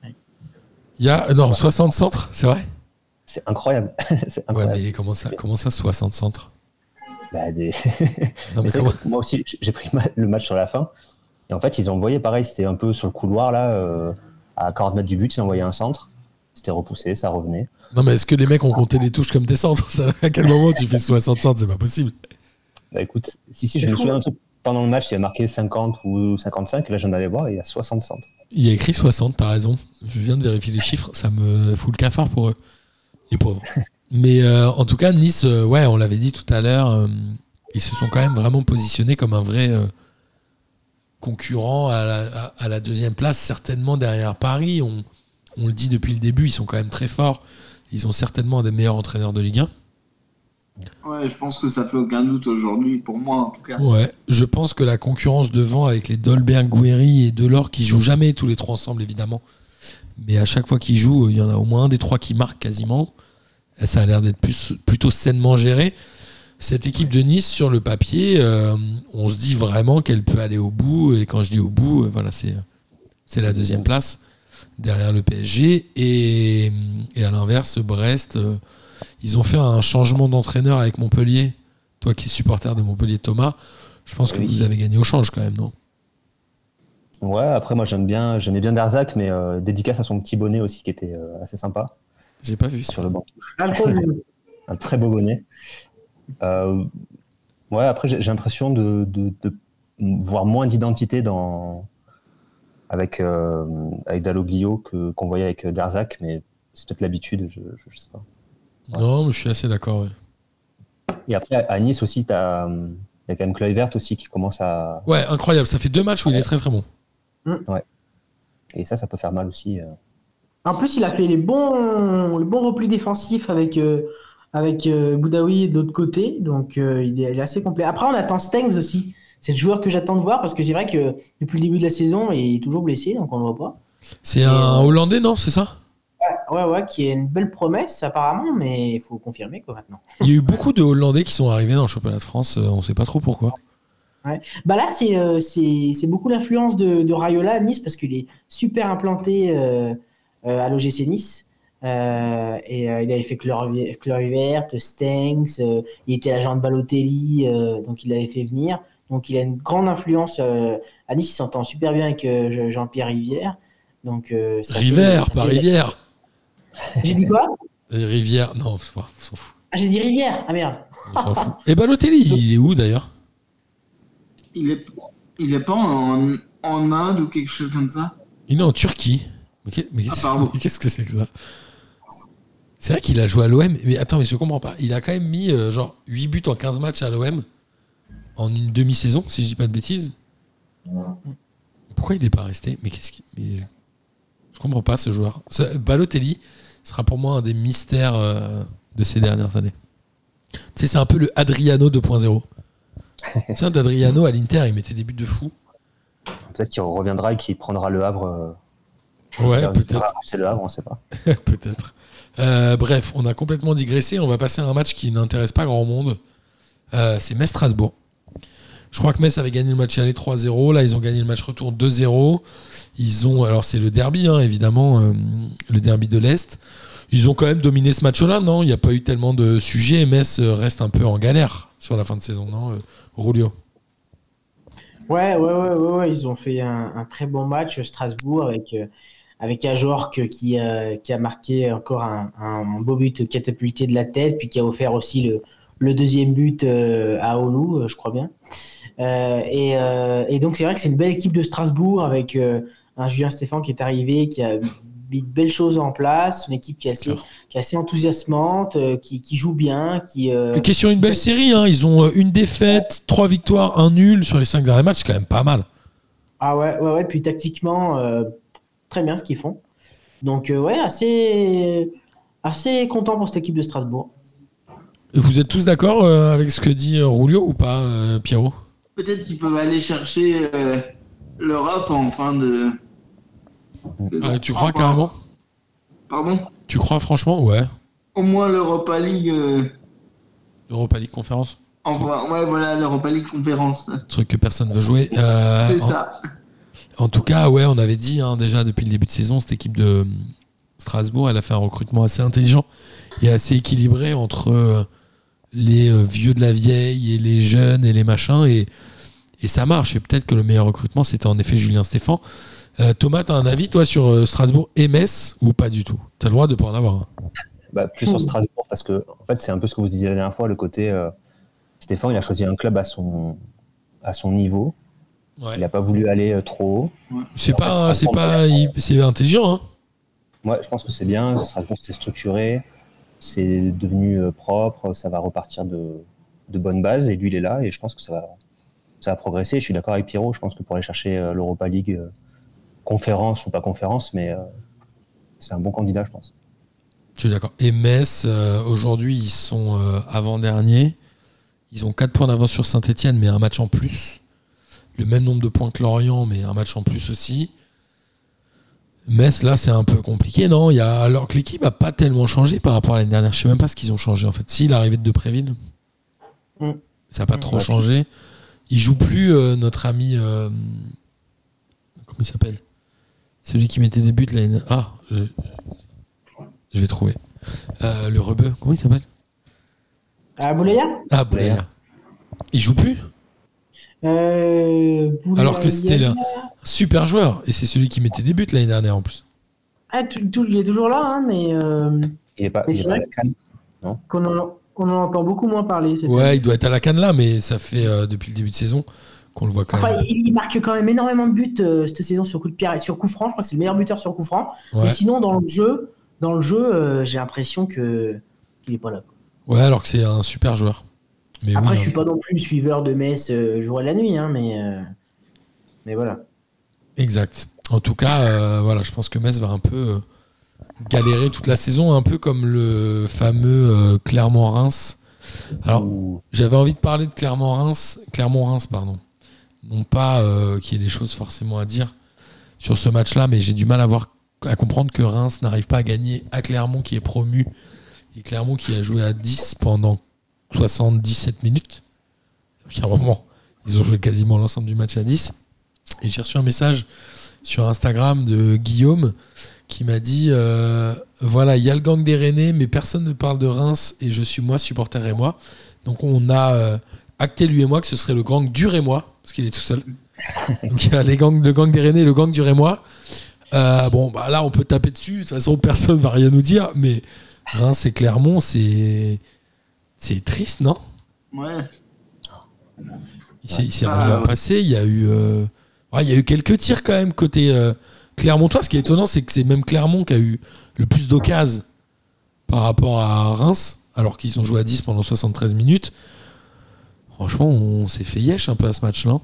Il y a 60 centres, c'est vrai? C'est incroyable. C'est Ouais, incroyable. mais comment ça 60 centres? Bah, Non, mais mais c'est comment- vrai que moi aussi, j'ai pris le match sur la fin. Et en fait, ils ont envoyé pareil. C'était un peu sur le couloir, là, à 40 mètres du but. Ils ont envoyé un centre. C'était repoussé, ça revenait. Non, mais est-ce que les mecs ont compté les touches comme des centres? À quel moment tu fais 60 centres? C'est pas possible. Bah écoute, si, je me souviens un truc. Pendant le match, il y a marqué 50 ou 55. Et là, j'en allais voir et il y a 60 centres. Il y a écrit 60, t'as raison. Je viens de vérifier les chiffres, ça me fout le cafard pour eux. Les pauvres. Mais en tout cas, Nice, ouais, on l'avait dit tout à l'heure, ils se sont quand même vraiment positionnés comme un vrai concurrent à la deuxième place, certainement derrière Paris. On le dit depuis le début, ils sont quand même très forts. Ils ont certainement un des meilleurs entraîneurs de Ligue 1. Ouais, je pense que ça fait aucun doute aujourd'hui, pour moi en tout cas. Ouais, je pense que la concurrence devant avec les Dolberg, Guéry et Delors qui jouent jamais tous les trois ensemble évidemment, mais à chaque fois qu'ils jouent, il y en a au moins un des trois qui marque quasiment. Et ça a l'air d'être plutôt sainement géré. Cette équipe de Nice sur le papier, on se dit vraiment qu'elle peut aller au bout. Et quand je dis au bout, voilà, c'est la deuxième place derrière le PSG. Et à l'inverse, Brest, ils ont fait un changement d'entraîneur avec Montpellier. Toi qui es supporter de Montpellier, Thomas, je pense que Oui. vous avez gagné au change quand même, non? Ouais, après, moi, j'aimais bien Darzac, mais dédicace à son petit bonnet aussi, qui était assez sympa J'ai pas vu sur ça. le banc. Alcool, Un très beau bonnet. Ouais, après, j'ai l'impression de voir moins d'identité avec Dalloglio qu'on voyait avec Darzac, mais c'est peut-être l'habitude, je sais pas. Non, mais je suis assez d'accord. Ouais. Et après, à Nice aussi, il y a quand même Kluivert aussi qui commence à... Ouais, incroyable. Ça fait 2 matchs où il est très très bon. Et ça peut faire mal aussi. En plus, il a fait les bons replis défensifs avec Boudaoui de l'autre côté, donc il est assez complet. Après, on attend Stengs aussi. C'est le joueur que j'attends de voir parce que c'est vrai que depuis le début de la saison, il est toujours blessé, donc on ne le voit pas. C'est un Hollandais, non? C'est ça? Ouais, qui est une belle promesse apparemment, mais il faut confirmer quoi maintenant. Il y a eu beaucoup de Hollandais qui sont arrivés dans le championnat de France. On sait pas trop pourquoi. Bah là, c'est beaucoup l'influence de Raiola à Nice parce qu'il est super implanté à l'OGC Nice. Il avait fait Kluivert, Stengs, il était l'agent de Balotelli, donc il l'avait fait venir. Donc il a une grande influence à Nice, il s'entend super bien avec Jean-Pierre Rivière. Donc, Rivière, pas Rivière. J'ai dit quoi? Rivière, non, on s'en fout. Ah, j'ai dit Rivière. Ah merde. On s'en fout. Et Balotelli, il est où d'ailleurs? Il est pas en Inde ou quelque chose comme ça? Il est en Turquie. Mais pardon. qu'est-ce que c'est que ça? C'est vrai qu'il a joué à l'OM. Mais attends, mais je comprends pas. Il a quand même mis genre 8 buts en 15 matchs à l'OM en une demi-saison, si je dis pas de bêtises. Pourquoi il n'est pas resté? Mais je comprends pas ce joueur. Balotelli sera pour moi un des mystères de ces dernières années. Tu sais, c'est un peu le Adriano 2.0. Tiens, d'Adriano à l'Inter, il mettait des buts de fou. Peut-être qu'il reviendra et qu'il prendra le Havre. Ouais, peut-être. C'est le Havre, on sait pas. Peut-être. Bref, on a complètement digressé. On va passer à un match qui n'intéresse pas grand monde. C'est Metz-Strasbourg. Je crois que Metz avait gagné le match aller 3-0. Là, ils ont gagné le match retour 2-0. Alors, c'est le derby, hein, évidemment, le derby de l'Est. Ils ont quand même dominé ce match-là, non? Il n'y a pas eu tellement de sujets. Metz reste un peu en galère sur la fin de saison, non, Rulio? Ouais, ils ont fait un très bon match Strasbourg avec Ajorc qui a marqué encore un beau but catapulté de la tête, puis qui a offert aussi le deuxième but à Oulu, je crois bien. Et donc c'est vrai que c'est une belle équipe de Strasbourg avec un Julien Stéphan qui est arrivé, qui a mis de belles choses en place, une équipe qui est assez enthousiasmante, qui joue bien, Question une belle série, hein. Ils ont une défaite, 3 victoires, 1 nul sur les 5 derniers matchs, c'est quand même pas mal. Ah ouais. Puis tactiquement, très bien ce qu'ils font. Donc, ouais, assez content pour cette équipe de Strasbourg. Et vous êtes tous d'accord avec ce que dit Rulio ou pas, Pierrot? Peut-être qu'ils peuvent aller chercher l'Europe en fin de. Ah, tu crois Enfin, carrément? Pardon? Tu crois franchement? Ouais. Au moins l'Europa League. Europa League Conférence. Enfin, ouais, voilà, l'Europa League conférence. Truc que personne veut jouer. C'est ça. En tout cas, ouais, on avait dit déjà depuis le début de saison, cette équipe de Strasbourg, elle a fait un recrutement assez intelligent et assez équilibré entre les vieux de la vieille et les jeunes et les machins. Et ça marche. Et peut-être que le meilleur recrutement, c'était en effet Julien Stéphan. Thomas, t'as un avis, toi, sur Strasbourg et Metz ou pas du tout? T'as le droit de pas en avoir. Hein. Plus sur Strasbourg, parce que en fait, c'est un peu ce que vous disiez la dernière fois, le côté Stéphane, il a choisi un club à son niveau. Ouais. Il n'a pas voulu aller trop haut. C'est intelligent. Hein. Moi, je pense que c'est bien. Strasbourg, c'est structuré, c'est devenu propre, ça va repartir de bonnes bases. Et lui, il est là, et je pense que ça va progresser. Je suis d'accord avec Pierrot. Je pense que pour aller chercher l'Europa League, conférence ou pas conférence, mais c'est un bon candidat, je pense. Je suis d'accord. Et Metz, aujourd'hui, ils sont avant-derniers. Ils ont 4 points d'avance sur Saint-Etienne, mais un match en plus. Le même nombre de points que Lorient, mais un match en plus aussi. Metz, là, c'est un peu compliqué, non? Alors que l'équipe n'a pas tellement changé par rapport à l'année dernière. Je ne sais même pas ce qu'ils ont changé, en fait. Si, l'arrivée de Depréville, ça n'a pas trop changé. Il joue plus notre ami... comment il s'appelle? Celui qui mettait des buts l'année... Ah, je vais trouver. Le rebeu, comment il s'appelle? Boulaya. Ah, Boulaya. Il joue plus? Alors que c'était un super joueur. Et c'est celui qui mettait des buts l'année dernière en plus. Il est toujours là, hein, mais il est pas à la CAN, non? qu'on en entend beaucoup moins parler. Ouais, il doit être à la CAN là, mais ça fait depuis le début de saison qu'on le voit quand même. Il marque quand même énormément de buts cette saison sur coup de pied et sur coup franc. Je crois que c'est le meilleur buteur sur coup franc. Ouais. Mais sinon, dans le jeu, j'ai l'impression qu'il est pas là. Ouais, alors que c'est un super joueur. Mais après, oui, je suis pas non plus suiveur de Metz jour et la nuit, hein, mais voilà. Exact. En tout cas, voilà, je pense que Metz va un peu galérer toute la saison, un peu comme le fameux Clermont-Reims. Alors, j'avais envie de parler de Clermont-Reims, pardon. Non pas qu'il y ait des choses forcément à dire sur ce match-là, mais j'ai du mal à comprendre que Reims n'arrive pas à gagner à Clermont qui est promu et Clermont qui a joué à 10 pendant 77 minutes. À un moment, ils ont joué quasiment l'ensemble du match à 10. Et j'ai reçu un message sur Instagram de Guillaume qui m'a dit voilà, il y a le gang des Rennais, mais personne ne parle de Reims et je suis moi, supporter rémois. Donc on a acté, lui et moi, que ce serait le gang du Rémois, parce qu'il est tout seul. Donc il y a le gang des Rennais et le gang du Rémois. Là, on peut taper dessus. De toute façon, personne ne va rien nous dire, mais Reims et Clermont, c'est triste, non? Ouais. Il s'est rien passé. Il y a eu quelques tirs quand même côté Clermontois. Ce qui est étonnant, c'est que c'est même Clermont qui a eu le plus d'occasions par rapport à Reims, alors qu'ils ont joué à 10 pendant 73 minutes. Franchement, on s'est fait yesh un peu à ce match-là.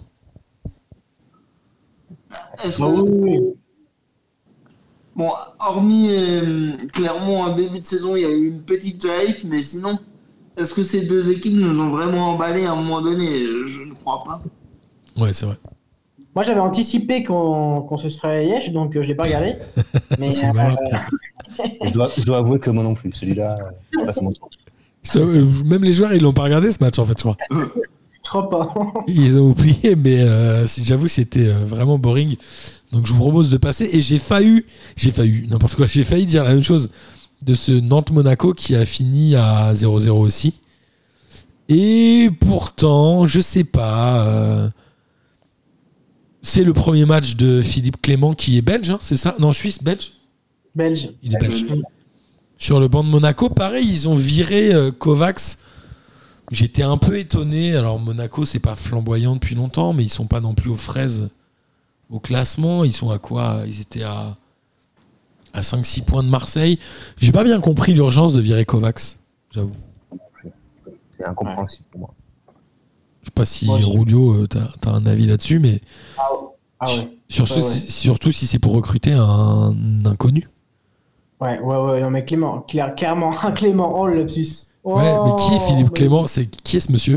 Bon, hormis Clermont en début de saison, il y a eu une petite hype, mais sinon, est-ce que ces deux équipes nous ont vraiment emballé à un moment donné? Je ne crois pas. Ouais, c'est vrai. Moi, j'avais anticipé qu'on se ferait yesh, donc je l'ai pas regardé. Mais C'est marrant. Je dois avouer que moi non plus. Celui-là, passe mon tour. Même les joueurs, ils l'ont pas regardé ce match en fait, je crois. Je crois pas. Ils ont oublié, mais j'avoue, c'était vraiment boring. Donc je vous propose de passer. Et j'ai failli dire la même chose de ce Nantes-Monaco qui a fini à 0-0 aussi. Et pourtant, je sais pas. C'est le premier match de Philippe Clément qui est belge, hein, c'est ça? Non, suisse, belge? Belge. Il est belge. Sur le banc de Monaco, pareil, ils ont viré Kovacs. J'étais un peu étonné. Alors Monaco, c'est pas flamboyant depuis longtemps, mais ils sont pas non plus aux fraises au classement. Ils sont à quoi? Ils étaient à 5-6 points de Marseille. J'ai pas bien compris l'urgence de virer Kovacs, j'avoue. C'est incompréhensible pour moi. Je sais pas si Rulio, t'as un avis là-dessus, mais Ah ouais. Surtout si c'est pour recruter un inconnu. Ouais. Non, mais clairement, un Clément. Oh, le lapsus. Ouais, mais qui est Philippe Oh, Clément? Qui est ce monsieur?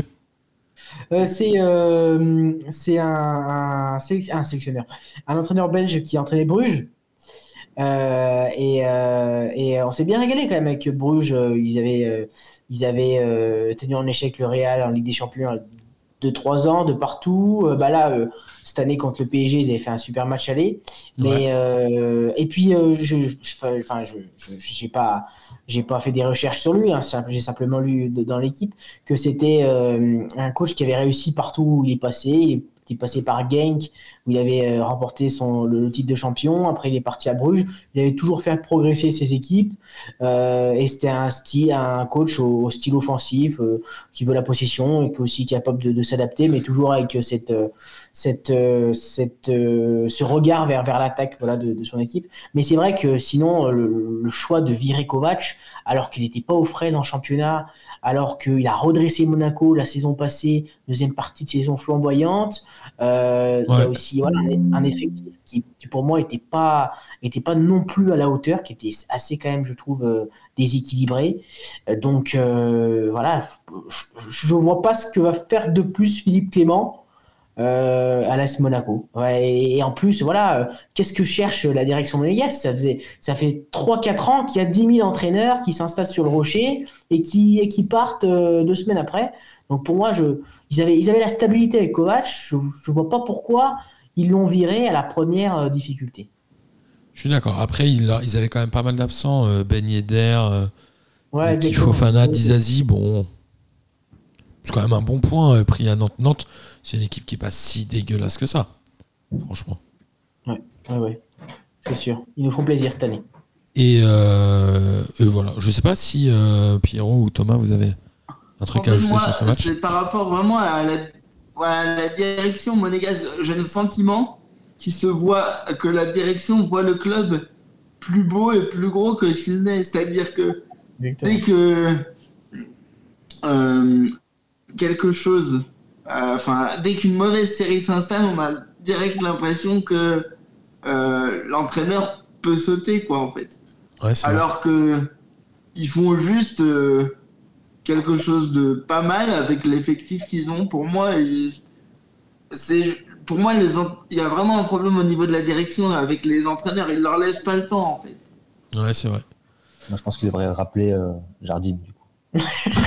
c'est un sélectionneur, un entraîneur belge qui entraînait Bruges. Et on s'est bien régalé quand même avec Bruges. Ils avaient tenu en échec le Real en Ligue des Champions de 3 ans, de partout. Là, cette année contre le PSG, ils avaient fait un super match aller. Mais et puis j'ai pas fait des recherches sur lui. Hein, j'ai simplement lu dans l'équipe que c'était un coach qui avait réussi partout où il est passé. Il était passé par Genk où il avait remporté le titre de champion. Après, il est parti à Bruges. Il avait toujours fait progresser ses équipes. Et c'était un coach au style offensif qui veut la possession et qui est aussi capable de s'adapter, mais toujours avec ce regard vers l'attaque, voilà, de son équipe. Mais c'est vrai que sinon, le choix de virer Kovac, alors qu'il n'était pas aux fraises en championnat, alors qu'il a redressé Monaco la saison passée, deuxième partie de saison flamboyante, il y a aussi un effectif qui pour moi était pas non plus à la hauteur, qui était assez quand même, je trouve, déséquilibré. Donc voilà, je vois pas ce que va faire de plus Philippe Clément à l'AS Monaco. Ouais, et en plus, voilà, qu'est-ce que cherche la direction monégasque? Ça fait 3-4 ans qu'il y a 10 000 entraîneurs qui s'installent sur le rocher et qui partent 2 semaines après. Donc pour moi, ils avaient la stabilité avec Kovac. Je vois pas pourquoi ils l'ont viré à la première difficulté. Je suis d'accord. Après, ils avaient quand même pas mal d'absents. Ben Yedder, Ouais, Fofana, Dizazi. Bon, c'est quand même un bon point pris à Nantes. Nantes, c'est une équipe qui n'est pas si dégueulasse que ça, franchement. Ouais. C'est sûr. Ils nous font plaisir cette année. Et voilà. Je ne sais pas si Pierrot ou Thomas, vous avez un truc à ajouter sur ce match. C'est par rapport vraiment à la direction monégasque. J'ai le sentiment que la direction voit le club plus beau et plus gros que s'il n'est. C'est-à-dire que dès que quelque chose, dès qu'une mauvaise série s'installe, on a direct l'impression que l'entraîneur peut sauter, quoi, en fait. Ouais, alors que ils font juste quelque chose de pas mal avec l'effectif qu'ils ont. Pour moi, il y a vraiment un problème au niveau de la direction avec les entraîneurs. Ils leur laissent pas le temps, en fait. Ouais, c'est vrai. Moi, je pense qu'il devrait rappeler Jardim, du coup.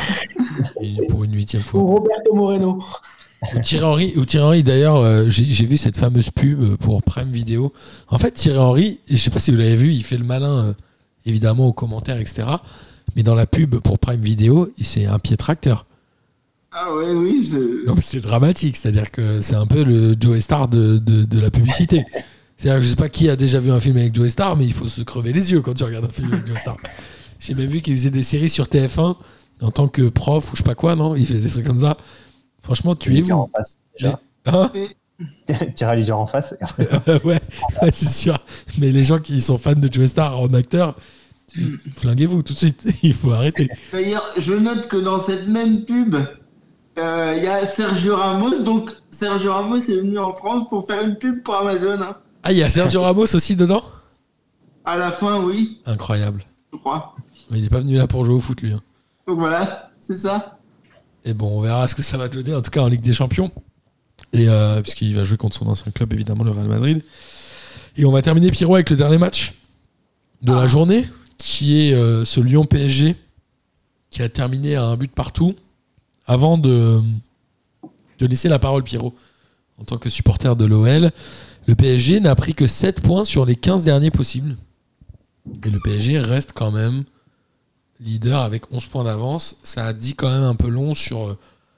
Et pour une 8e fois. Ou Roberto Moreno. Ou Thierry Henry, d'ailleurs, j'ai vu cette fameuse pub pour Prime Video. En fait, Thierry Henry, je sais pas si vous l'avez vu, il fait le malin, évidemment, aux commentaires, etc. Mais dans la pub pour Prime Video, c'est un pied tracteur. Ah ouais, oui. Non, mais c'est dramatique, c'est-à-dire que c'est un peu le Joe Star de la publicité. C'est-à-dire que je sais pas qui a déjà vu un film avec Joe Star, mais il faut se crever les yeux quand tu regardes un film avec Joe Star. J'ai même vu qu'il faisait des séries sur TF1 en tant que prof ou je sais pas quoi, non? Il fait des trucs comme ça. Franchement, tuez-vous. Hein? Tirer les gens en face. Ouais, c'est sûr. Mais les gens qui sont fans de Joe Star en acteur, flinguez-vous tout de suite. Il faut arrêter. D'ailleurs, je note que dans cette même pub, il y a Sergio Ramos. Donc, Sergio Ramos est venu en France pour faire une pub pour Amazon. Hein. Ah, il y a Sergio Ramos aussi dedans? À la fin, oui. Incroyable. Je crois. Mais il n'est pas venu là pour jouer au foot, lui. Hein. Donc voilà, c'est ça. Et bon, on verra ce que ça va donner, en tout cas en Ligue des Champions. Et puisqu'il va jouer contre son ancien club, évidemment, le Real Madrid. Et on va terminer, Pierrot, avec le dernier match de la journée, qui est ce Lyon-PSG, qui a terminé à un but partout, avant de laisser la parole, Pierrot, en tant que supporter de l'OL. Le PSG n'a pris que 7 points sur les 15 derniers possibles. Et le PSG reste quand même leader avec 11 points d'avance. Ça a dit quand même un peu long sur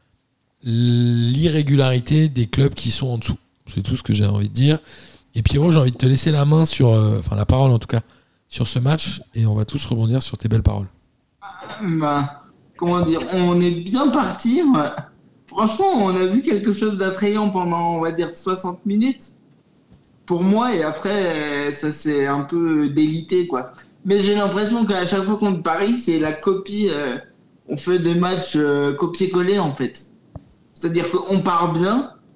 l'irrégularité des clubs qui sont en dessous. C'est tout ce que j'ai envie de dire. Et Pierrot, j'ai envie de te laisser la main sur, la parole en tout cas, sur ce match, et on va tous rebondir sur tes belles paroles. Comment dire, on est bien parti. Franchement, on a vu quelque chose d'attrayant pendant, on va dire, 60 minutes. Pour moi, et après, ça s'est un peu délité, quoi. Mais j'ai l'impression qu'à chaque fois contre Paris, c'est la copie. On fait des matchs copier-coller, en fait. C'est-à-dire qu'on part bien,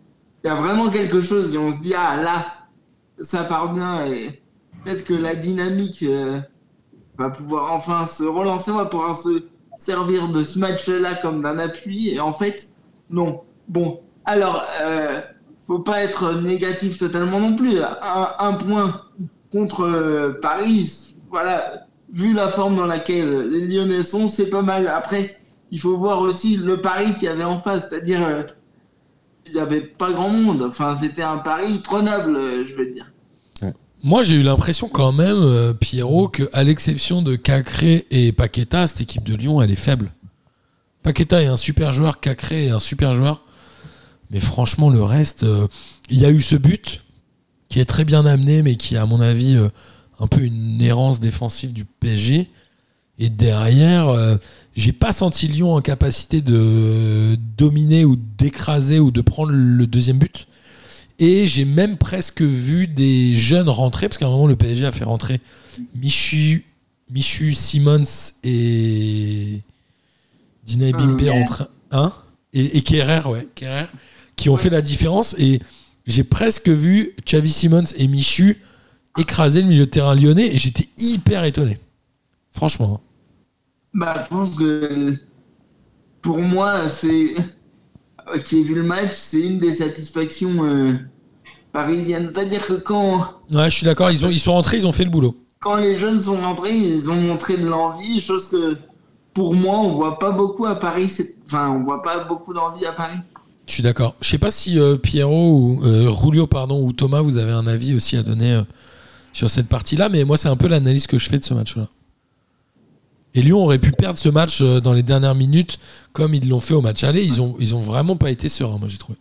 y a vraiment quelque chose et on se dit, ah là, ça part bien et peut-être que la dynamique va pouvoir enfin se relancer, on va pouvoir se servir de ce match-là comme d'un appui. Et en fait, non. Bon, alors, faut pas être négatif totalement non plus. Un point contre Paris, voilà, vu la forme dans laquelle les Lyonnais sont, c'est pas mal. Après, il faut voir aussi le Paris qu'il y avait en face, c'est-à-dire il n'y avait pas grand monde. Enfin, c'était un pari prenable, je veux dire. Moi, j'ai eu l'impression quand même, Pierrot, qu'à l'exception de Cacré et Paqueta, cette équipe de Lyon, elle est faible. Paqueta est un super joueur, Cacré est un super joueur. Mais franchement, le reste, il y a eu ce but qui est très bien amené, mais qui est, à mon avis, un peu une errance défensive du PSG. Et derrière, j'ai pas senti Lyon en capacité de dominer ou d'écraser ou de prendre le deuxième but. Et j'ai même presque vu des jeunes rentrer, parce qu'à un moment, le PSG a fait rentrer Michu, Simmons et Dinaï Bimbe en train. Hein et Kerrer, qui ont fait la différence. Et j'ai presque vu Xavi Simons et Michu écraser le milieu de terrain lyonnais. Et j'étais hyper étonné. Franchement. Bah, je pense que pour moi, c'est. Qui ai vu le match, c'est une des satisfactions parisiennes. C'est-à-dire que quand. Ouais, je suis d'accord. Ils sont rentrés, ils ont fait le boulot. Quand les jeunes sont rentrés, ils ont montré de l'envie, chose que pour moi, on voit pas beaucoup à Paris. Enfin, on voit pas beaucoup d'envie à Paris. Je suis d'accord. Je sais pas si Pierrot ou Rulio, ou Thomas, vous avez un avis aussi à donner sur cette partie-là, mais moi, c'est un peu l'analyse que je fais de ce match-là. Et Lyon aurait pu perdre ce match dans les dernières minutes, comme ils l'ont fait au match aller. Ils ont vraiment pas été sereins, moi, j'ai trouvé.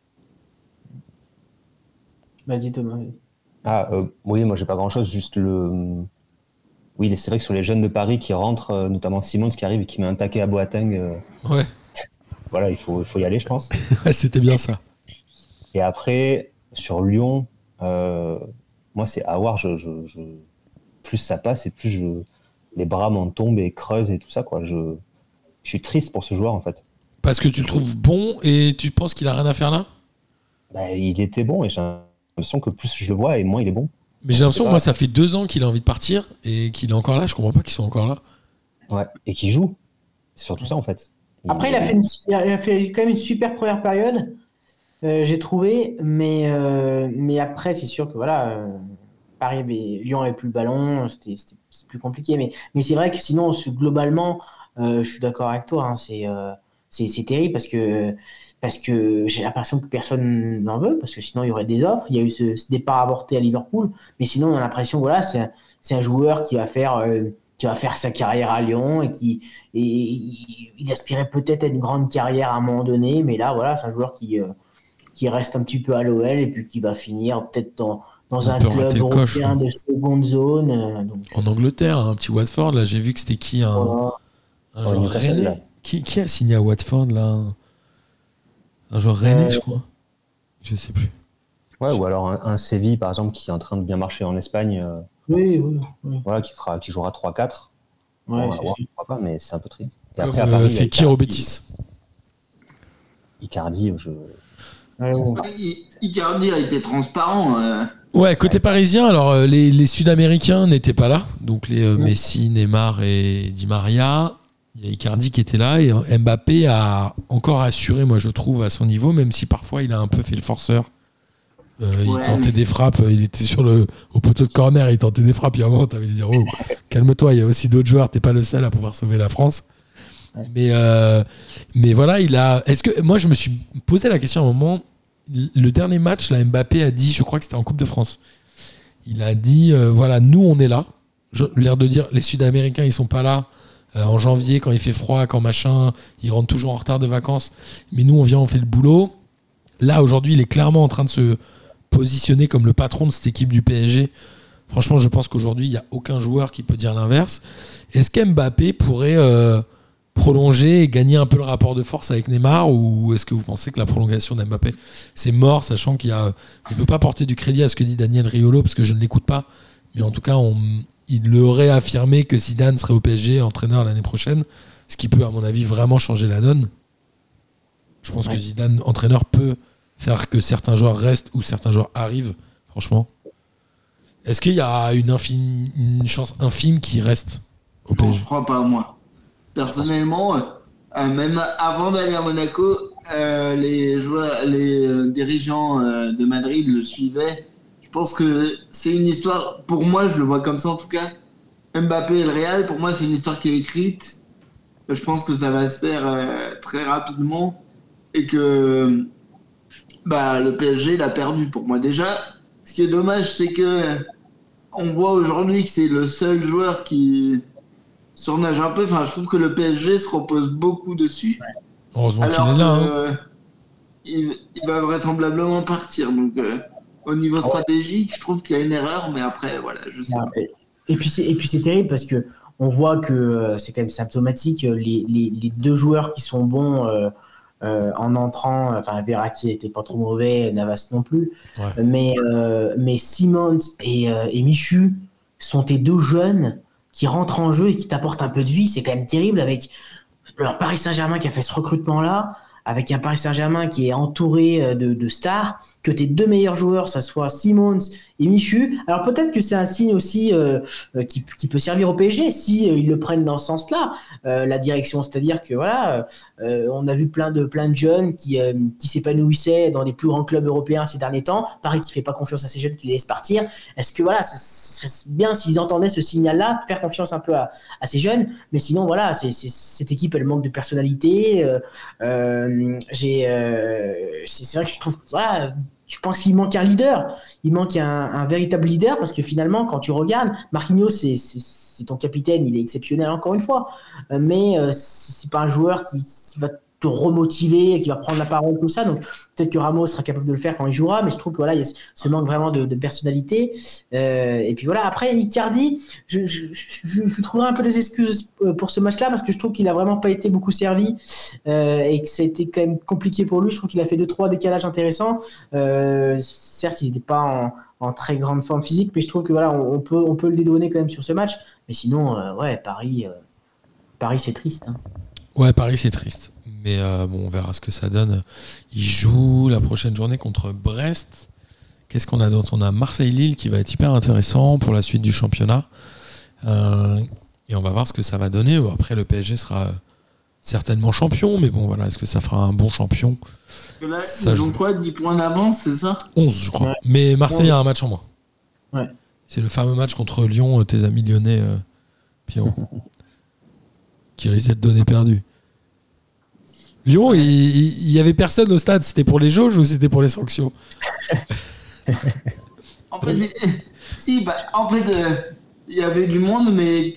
Vas-y, Thomas. Oui, moi, j'ai pas grand-chose. Juste le. Oui, c'est vrai que sur les jeunes de Paris qui rentrent, notamment Simons qui arrive et qui met un taquet à Boateng. Ouais. Voilà, il faut y aller, je pense. Ouais, c'était bien ça. Et après, sur Lyon, moi, c'est à voir. Plus ça passe et plus les bras m'en tombent et creusent et tout ça, quoi. Je suis triste pour ce joueur, en fait. Parce que tu le trouves bon et tu penses qu'il a rien à faire là ? Bah, il était bon et j'ai l'impression que plus je le vois et moins il est bon. Mais j'ai l'impression que moi, ça fait 2 ans qu'il a envie de partir et qu'il est encore là. Je comprends pas qu'il soit encore là. Ouais, et qu'il joue. C'est surtout ça, en fait. Après, il a fait quand même une super première période, j'ai trouvé. Mais après, c'est sûr que voilà, Lyon avait plus le ballon, c'était plus compliqué. Mais c'est vrai que sinon, globalement, je suis d'accord avec toi. Hein, c'est terrible parce que j'ai l'impression que personne n'en veut, parce que sinon il y aurait des offres. Il y a eu ce départ avorté à Liverpool, mais sinon on a l'impression que voilà, c'est un joueur qui va faire sa carrière à Lyon et il aspirait peut-être à une grande carrière à un moment donné, mais là voilà, c'est un joueur qui reste un petit peu à l'OL et puis qui va finir peut-être dans un club européen de seconde zone. Donc. En Angleterre, un petit Watford, là j'ai vu que c'était qui un joueur rennais. Qui a signé à Watford là? Un joueur rennais, je crois. Je sais plus. Ouais, ou alors un Séville, par exemple, qui est en train de bien marcher en Espagne. Oui. Voilà, qui jouera 3-4. Ouais, on va pas, mais c'est un peu triste. Et comme après, à Paris, Fekir au Betis. Icardi, Icardi a été transparent. Ouais, côté parisien, alors les Sud-Américains n'étaient pas là. Donc les Messi, Neymar et Di Maria. Il y a Icardi qui était là et Mbappé a encore assuré, moi je trouve, à son niveau, même si parfois il a un peu fait le forceur. Il tentait des frappes, il était au poteau de corner, il tentait des frappes. Il y a un moment, t'avais dit oh, calme-toi, il y a aussi d'autres joueurs, t'es pas le seul à pouvoir sauver la France. Mais voilà, moi je me suis posé la question à un moment. Le dernier match, là, Mbappé a dit, je crois que c'était en Coupe de France. Il a dit voilà, nous on est là. L'air de dire les Sud-Américains ils sont pas là. En janvier, quand il fait froid, quand machin, ils rentrent toujours en retard de vacances. Mais nous, on vient, on fait le boulot. Là, aujourd'hui, il est clairement en train de se positionner comme le patron de cette équipe du PSG. Franchement, je pense qu'aujourd'hui, il n'y a aucun joueur qui peut dire l'inverse. Est-ce qu'Mbappé pourrait prolonger et gagner un peu le rapport de force avec Neymar, ou est-ce que vous pensez que la prolongation d'Mbappé, c'est mort, sachant qu'il y a... Je ne veux pas porter du crédit à ce que dit Daniel Riolo, parce que je ne l'écoute pas. Mais en tout cas, il aurait affirmé que Zidane serait au PSG entraîneur l'année prochaine, ce qui peut, à mon avis, vraiment changer la donne. Je pense que Zidane, entraîneur, peut faire que certains joueurs restent ou certains joueurs arrivent, franchement. Est-ce qu'il y a une chance infime qu'ils restent au Non, PSG? je crois pas, moi. Personnellement, même avant d'aller à Monaco, les dirigeants de Madrid le suivaient. Je pense que c'est une histoire, pour moi, je le vois comme ça en tout cas. Mbappé et le Real, pour moi, c'est une histoire qui est écrite. Je pense que ça va se faire très rapidement et que le PSG l'a perdu pour moi. Déjà, ce qui est dommage, c'est que on voit aujourd'hui que c'est le seul joueur qui surnage un peu. Enfin, je trouve que le PSG se repose beaucoup dessus. Heureusement qu'il Alors est là. Hein. il va vraisemblablement partir. Donc, au niveau stratégique, je trouve qu'il y a une erreur, mais après, voilà, je sais pas. Et puis c'est terrible parce que on voit que c'est quand même symptomatique. Les deux joueurs qui sont bons en entrant, enfin Verratti n'était pas trop mauvais, Navas non plus, Ouais. mais Simons et Michu sont tes deux jeunes qui rentrent en jeu et qui t'apportent un peu de vie. C'est quand même terrible avec leur Paris Saint-Germain qui a fait ce recrutement-là, avec un Paris Saint-Germain qui est entouré de stars, que tes deux meilleurs joueurs, ça soit Simons et Michu. Alors peut-être que c'est un signe aussi qui peut servir au PSG si ils le prennent dans ce sens-là, la direction. C'est-à-dire que voilà, on a vu plein de jeunes qui s'épanouissaient dans les plus grands clubs européens ces derniers temps. Paris qui fait pas confiance à ces jeunes, qui les laisse partir. Est-ce que voilà, ce serait bien s'ils entendaient ce signal-là, de faire confiance un peu à ces jeunes. Mais sinon voilà, cette équipe, elle manque de personnalité. C'est vrai que je trouve, voilà, je pense qu'il manque un leader. Il manque un véritable leader parce que finalement, quand tu regardes, Marquinhos, c'est ton capitaine, il est exceptionnel encore une fois, mais c'est pas un joueur qui va te remotiver, qui va prendre la parole, tout ça. Donc peut-être que Ramos sera capable de le faire quand il jouera, mais je trouve que voilà, il y a ce manque vraiment de personnalité. Et puis voilà, après Icardi, je trouverai un peu des excuses pour ce match-là parce que je trouve qu'il a vraiment pas été beaucoup servi et que ça a été quand même compliqué pour lui. Je trouve qu'il a fait 2-3 décalages intéressants. Certes, il n'était pas en très grande forme physique, mais je trouve que voilà, on peut le dédouaner quand même sur ce match. Mais sinon, ouais, Paris, c'est triste. Hein. Ouais, Paris, c'est triste. Mais bon, on verra ce que ça donne. Ils jouent la prochaine journée contre Brest. Qu'est-ce qu'on a d'autre? On a Marseille-Lille qui va être hyper intéressant pour la suite du championnat. Et on va voir ce que ça va donner. Bon, après, le PSG sera certainement champion. Mais bon, voilà, est-ce que ça fera un bon champion? Là, Ça, ils ont quoi, 10 points d'avance, c'est ça? 11, je crois. Ouais. Mais Marseille a un match en moins. Ouais. C'est le fameux match contre Lyon, tes amis lyonnais, Pierrot, qui risque d'être donné perdu. Lyon, il y avait personne au stade. C'était pour les jauges ou c'était pour les sanctions? En fait, si, il y avait du monde, mais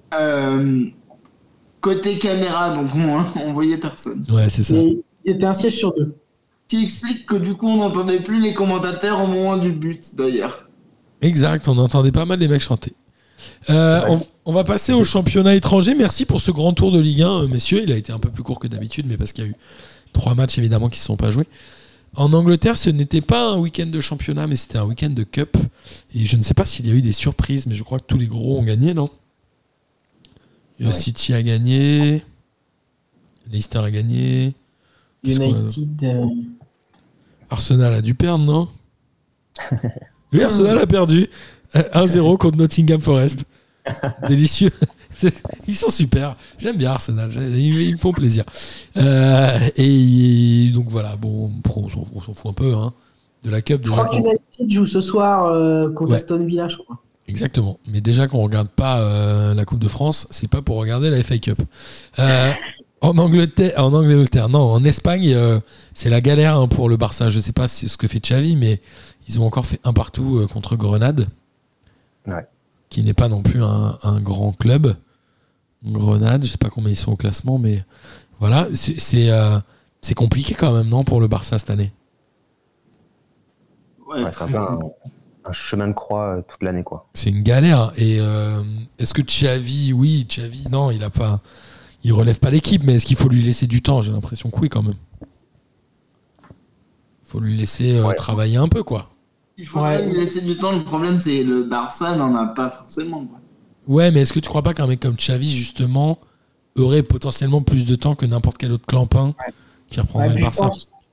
côté caméra, donc on voyait personne. Ouais, c'est ça. Et il était un siège sur deux. Ce qui explique que du coup, on n'entendait plus les commentateurs au moment du but, d'ailleurs. Exact, on entendait pas mal les mecs chanter. On va passer au championnat étranger. Merci pour ce grand tour de Ligue 1, messieurs. Il a été un peu plus court que d'habitude, mais parce qu'il y a eu 3 matchs évidemment qui ne se sont pas joués. En Angleterre, ce n'était pas un week-end de championnat, mais c'était un week-end de cup. Et je ne sais pas s'il y a eu des surprises, mais je crois que tous les gros ont gagné, non? Ouais. City a gagné, Leicester a gagné, United. Arsenal a dû perdre, non? Oui, Arsenal a perdu 1-0 contre Nottingham Forest. Délicieux. Ils sont super. J'aime bien Arsenal. Ils me font plaisir. Et donc voilà, bon, on s'en fout un peu hein, de la Cup. Je crois que United joue ce soir contre Aston Villa, je crois. Exactement. Mais déjà qu'on regarde pas la Coupe de France, c'est pas pour regarder la FA Cup. En Angleterre, non, en Espagne, c'est la galère hein, pour le Barça. Je sais pas ce que fait Xavi, mais ils ont encore fait 1-1 contre Grenade, qui n'est pas non plus un grand club. Grenade, je sais pas combien ils sont au classement, mais voilà, c'est compliqué quand même, non, pour le Barça cette année. Ouais, c'est un chemin de croix toute l'année, quoi. C'est une galère. Et est-ce que Xavi, non, il relève pas l'équipe, mais est-ce qu'il faut lui laisser du temps? J'ai l'impression que oui, quand même. Il faut lui laisser travailler un peu, quoi. Il faudrait lui laisser du temps. Le problème, c'est le Barça n'en a pas forcément, quoi. Ouais, mais est-ce que tu crois pas qu'un mec comme Xavi, justement, aurait potentiellement plus de temps que n'importe quel autre clampin qui reprendrait le Barça?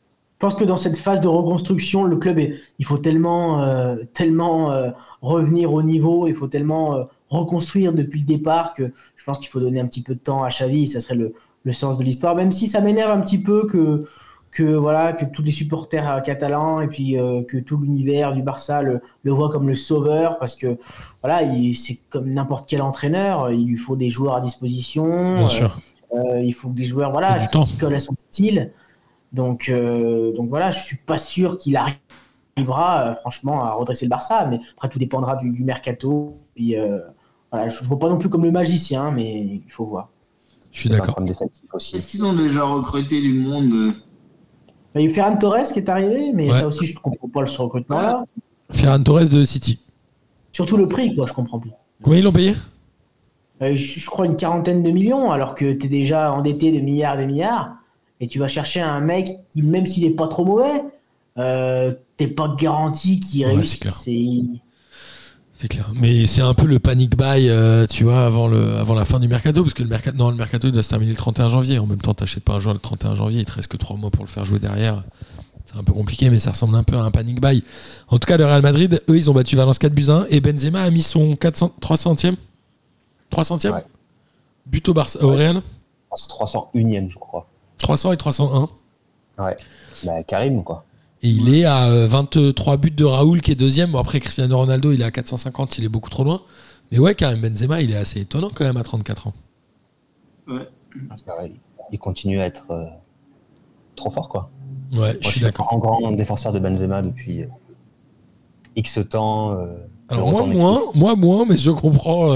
pense que dans cette phase de reconstruction, le club, il faut tellement revenir au niveau, il faut tellement reconstruire depuis le départ que je pense qu'il faut donner un petit peu de temps à Xavi et ça serait le sens de l'histoire. Même si ça m'énerve un petit peu que tous les supporters catalans et puis que tout l'univers du Barça le voit comme le sauveur parce que voilà, c'est comme n'importe quel entraîneur, il lui faut des joueurs à disposition. Bien sûr. Il faut que des joueurs Et du temps. qui collent à son style. Donc voilà, je suis pas sûr qu'il arrivera franchement à redresser le Barça, mais après tout dépendra du mercato. Puis voilà, je ne vois pas non plus comme le magicien, mais il faut voir. Je suis d'accord. Est-ce qu'ils ont déjà recruté du monde? Il y a eu Ferran Torres qui est arrivé, mais Ouais. ça aussi je ne comprends pas ce recrutement-là. Ferran Torres de City. Surtout le prix, quoi, je comprends plus. Combien ils l'ont payé? Je crois une 40aine de millions, alors que tu es déjà endetté de milliards et des milliards, et tu vas chercher un mec qui, même s'il n'est pas trop mauvais, t'es pas garanti qu'il Ouais, réussisse. C'est clair. Mais c'est un peu le panic buy, tu vois, avant la fin du mercato, parce que le mercato il doit se terminer le 31 janvier. En même temps, t'achètes pas un joueur le 31 janvier, il te reste que 3 mois pour le faire jouer derrière. C'est un peu compliqué, mais ça ressemble un peu à un panic buy. En tout cas, le Real Madrid, eux, ils ont battu Valence 4-1 et Benzema a mis son 300e Ouais. but au Real. C'est 301e, je crois. 300 et 301. Ouais. Bah, Karim, quoi. Et il est à 23 buts de Raoul qui est deuxième. Bon, après, Cristiano Ronaldo, il est à 450, il est beaucoup trop loin. Mais ouais, Karim Benzema, il est assez étonnant quand même à 34 ans. Ouais. Il continue à être trop fort, quoi. Ouais, Moi, je suis d'accord. un grand défenseur de Benzema depuis X temps. Alors le moi moins, mais je comprends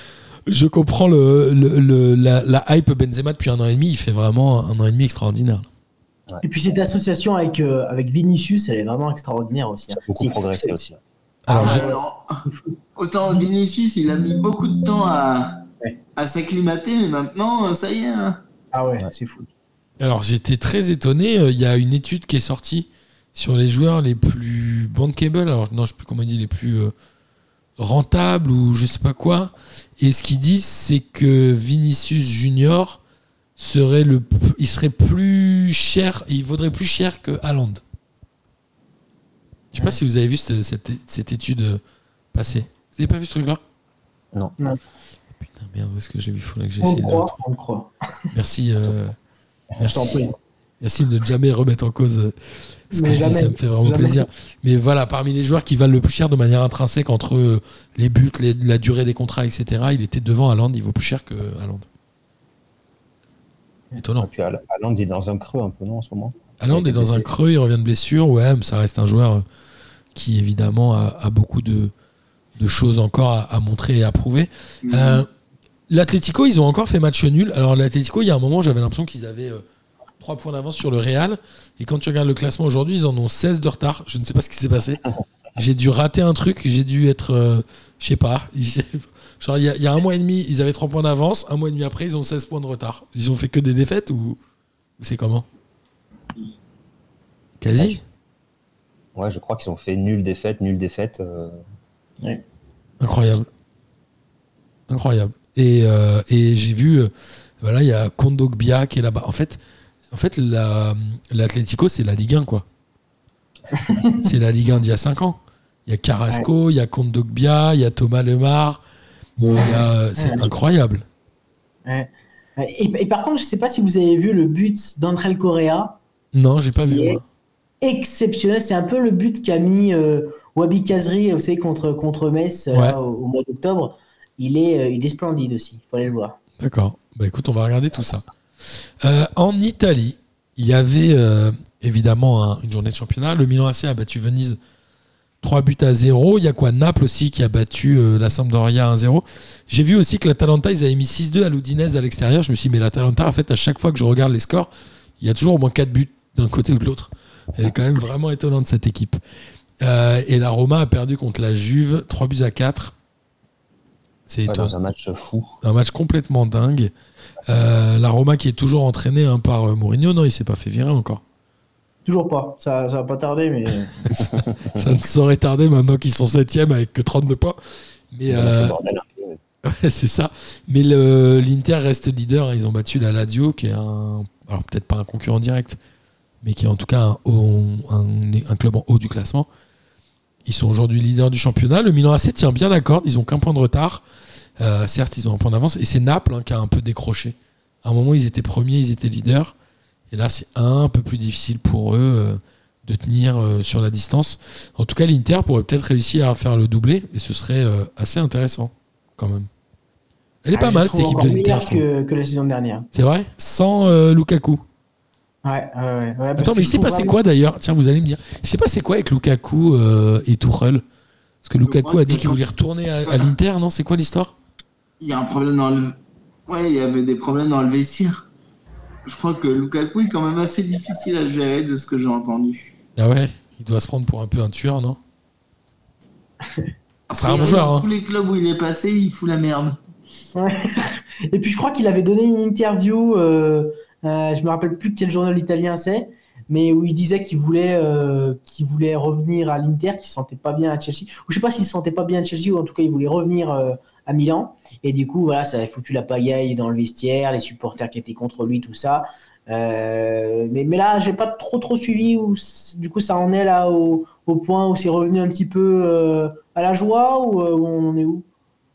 la hype Benzema depuis 1 an et demi. Il fait vraiment 1 an et demi extraordinaire. Ouais. Et puis cette association avec Vinicius, elle est vraiment extraordinaire aussi. Il a beaucoup progressé aussi. Alors, Autant Vinicius, il a mis beaucoup de temps à s'acclimater, mais maintenant, ça y est. Hein. Ah ouais, c'est fou. Alors j'étais très étonné. Il y a une étude qui est sortie sur les joueurs les plus bankable. Alors non, je sais plus comment on dit, les plus rentables ou je sais pas quoi. Et ce qu'ils disent, c'est que Vinicius Junior il serait plus cher, il vaudrait plus cher que Haaland. Je sais pas si vous avez vu cette étude passer. Vous avez pas vu ce truc-là? Non. Putain merde, où est-ce que j'ai vu? Faudrait que On j'essaie le croit. Merci. Je t'en prie. Merci de ne jamais remettre en cause ce que Mais je dis, jamais. ça me fait vraiment Jamais. plaisir. Mais voilà, parmi les joueurs qui valent le plus cher de manière intrinsèque entre les buts, la durée des contrats, etc., il était devant Haaland, il vaut plus cher que Haaland. Étonnant. Et puis Haaland, il est dans un creux un peu, non, en ce moment. Haaland est dans un creux, il revient de blessure, ouais, mais ça reste un joueur qui évidemment a beaucoup de choses encore à montrer et à prouver. L'Atlético, ils ont encore fait match nul. Alors l'Atlético, il y a un moment, j'avais l'impression qu'ils avaient 3 points d'avance sur le Real. Et quand tu regardes le classement aujourd'hui, ils en ont 16 de retard. Je ne sais pas ce qui s'est passé. J'ai dû rater un truc. J'ai dû être... je sais pas. Genre, il y a 1 mois et demi, ils avaient 3 points d'avance. 1 mois et demi après, ils ont 16 points de retard. Ils ont fait que des défaites ou c'est comment? Quasi. Ouais, je crois qu'ils ont fait nul défaite. Incroyable. Et j'ai vu... voilà, il y a Kondogbia qui est là-bas. En fait l'Atlético, c'est la Ligue 1, quoi. C'est la Ligue 1 d'il y a 5 ans. Il y a Carrasco, il y a Kondogbia, il y a Thomas Lemar. C'est incroyable. Ouais. Et par contre, je ne sais pas si vous avez vu le but d'André Correa. Non, j'ai pas vu. Qui est Moi. exceptionnel. C'est un peu le but qu'a mis Wabi Kazri, vous savez, contre Metz au mois d'octobre. Il est splendide aussi. Il faut aller le voir. D'accord. Bah écoute, on va regarder tout ça. En Italie, il y avait évidemment une journée de championnat. Le Milan AC a battu Venise 3-0. Il y a quoi? Naples aussi qui a battu la Sampdoria 1-0. J'ai vu aussi que l'Atalanta, ils avaient mis 6-2 à l'Udinese à l'extérieur. Je me suis dit, mais l'Atalanta, en fait, à chaque fois que je regarde les scores, il y a toujours au moins 4 buts d'un côté ou de l'autre. Elle est quand même vraiment étonnante, cette équipe. Et la Roma a perdu contre la Juve 3-4. C'est étonnant. Dans un match fou. Un match complètement dingue. La Roma qui est toujours entraînée par Mourinho. Non, il s'est pas fait virer encore. Toujours pas. Ça va pas tarder, mais... Ça ne saurait tarder maintenant qu'ils sont 7e avec que 32 points. Mais ouais, c'est ça. Mais l'Inter reste leader. Ils ont battu la Lazio, qui est alors peut-être pas un concurrent direct, mais qui est en tout cas un club en haut du classement. Ils sont aujourd'hui leaders du championnat. Le Milan AC tient bien la corde, ils ont qu'un point de retard. Certes, ils ont un point d'avance, et c'est Naples qui a un peu décroché. À un moment, ils étaient premiers, ils étaient leaders, et là, c'est un peu plus difficile pour eux de tenir sur la distance. En tout cas, l'Inter pourrait peut-être réussir à faire le doublé, et ce serait assez intéressant, quand même. Elle est pas mal, cette équipe de l'Inter, je trouve. Que la saison dernière. C'est vrai ? Sans Lukaku. Ouais. Attends, mais il s'est passé quoi d'ailleurs ? Tiens, vous allez me dire. Il s'est passé quoi avec Lukaku et Tuchel ? Parce que Lukaku a dit qu'il voulait retourner à l'Inter, non ? C'est quoi l'histoire ? Il y a un problème dans le... Ouais, il y avait des problèmes dans le vestiaire. Je crois que Lukaku est quand même assez difficile à gérer de ce que j'ai entendu. Ah ouais ? Il doit se prendre pour un peu un tueur, non ? C'est un bon Dans joueur, hein. tous les clubs où il est passé, il fout la merde. Ouais. Et puis je crois qu'il avait donné une interview, je me rappelle plus de quel journal italien c'est, mais où il disait qu'il voulait revenir à l'Inter, qu'il se sentait pas bien à Chelsea. Ou je sais pas s'il se sentait pas bien à Chelsea, ou en tout cas il voulait revenir à Milan. Et du coup voilà, ça avait foutu la pagaille dans le vestiaire, les supporters qui étaient contre lui, tout ça. Mais là j'ai pas trop suivi où du coup ça en est là au point où c'est revenu un petit peu à la joie, ou on en est où?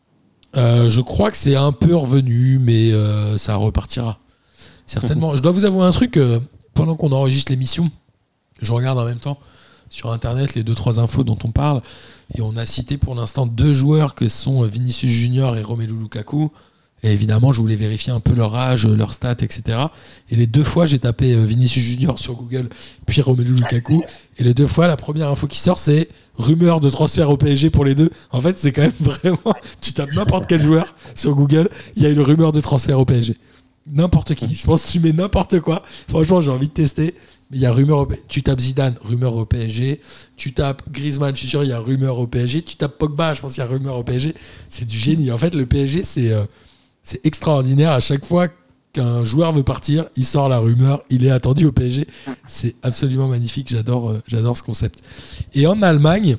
Je crois que c'est un peu revenu, mais ça repartira. Certainement. Je dois vous avouer un truc, pendant qu'on enregistre l'émission, je regarde en même temps sur Internet les 2-3 infos dont on parle, et on a cité pour l'instant 2 joueurs que sont Vinicius Junior et Romelu Lukaku. Et évidemment, je voulais vérifier un peu leur âge, leurs stats, etc. Et les 2 fois, j'ai tapé Vinicius Junior sur Google, puis Romelu Lukaku. Et les 2 fois, la première info qui sort, c'est rumeur de transfert au PSG pour les deux. En fait, c'est quand même vraiment... Tu tapes n'importe quel joueur sur Google, il y a une rumeur de transfert au PSG. N'importe qui. Je pense que tu mets n'importe quoi. Franchement, j'ai envie de tester. Mais il y a rumeur au PSG. Tu tapes Zidane, rumeur au PSG. Tu tapes Griezmann, je suis sûr, il y a rumeur au PSG. Tu tapes Pogba, je pense qu'il y a rumeur au PSG. C'est du génie. En fait, le PSG, c'est extraordinaire. À chaque fois qu'un joueur veut partir, il sort la rumeur, il est attendu au PSG. C'est absolument magnifique. J'adore ce concept. Et en Allemagne,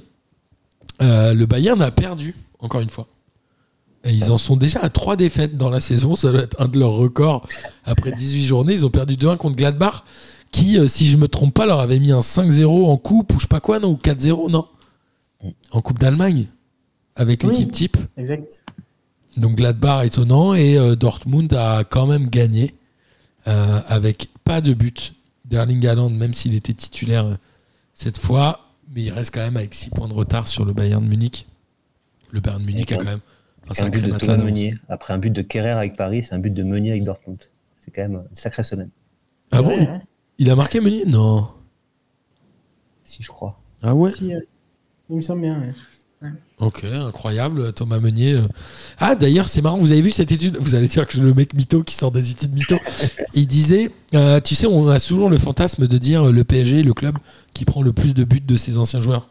le Bayern a perdu, encore une fois. Et ils en sont déjà à 3 défaites dans la saison. Ça doit être un de leurs records. Après 18 journées, ils ont perdu 2-1 contre Gladbach, qui, si je ne me trompe pas, leur avait mis un 5-0 en coupe, ou je sais pas quoi, non, ou 4-0, non, en Coupe d'Allemagne, avec l'équipe type. Exact. Donc Gladbach étonnant, et Dortmund a quand même gagné avec pas de but d'Erling Haaland, même s'il était titulaire cette fois, mais il reste quand même avec 6 points de retard sur le Bayern de Munich. Le Bayern de Munich a quand même un sacré matelas d'avance. Après un but de Kerrer avec Paris, c'est un but de Meunier avec Dortmund. C'est quand même une sacrée semaine. Ah bon, il a marqué Meunier ? Non. Si, je crois. Ah ouais ? Si, il me semble bien. Ouais. Ok, incroyable, Thomas Meunier. Ah, d'ailleurs, c'est marrant, vous avez vu cette étude ? Vous allez dire que je suis le mec mytho qui sort des études mytho. Il disait, tu sais, on a toujours le fantasme de dire le PSG est le club qui prend le plus de buts de ses anciens joueurs.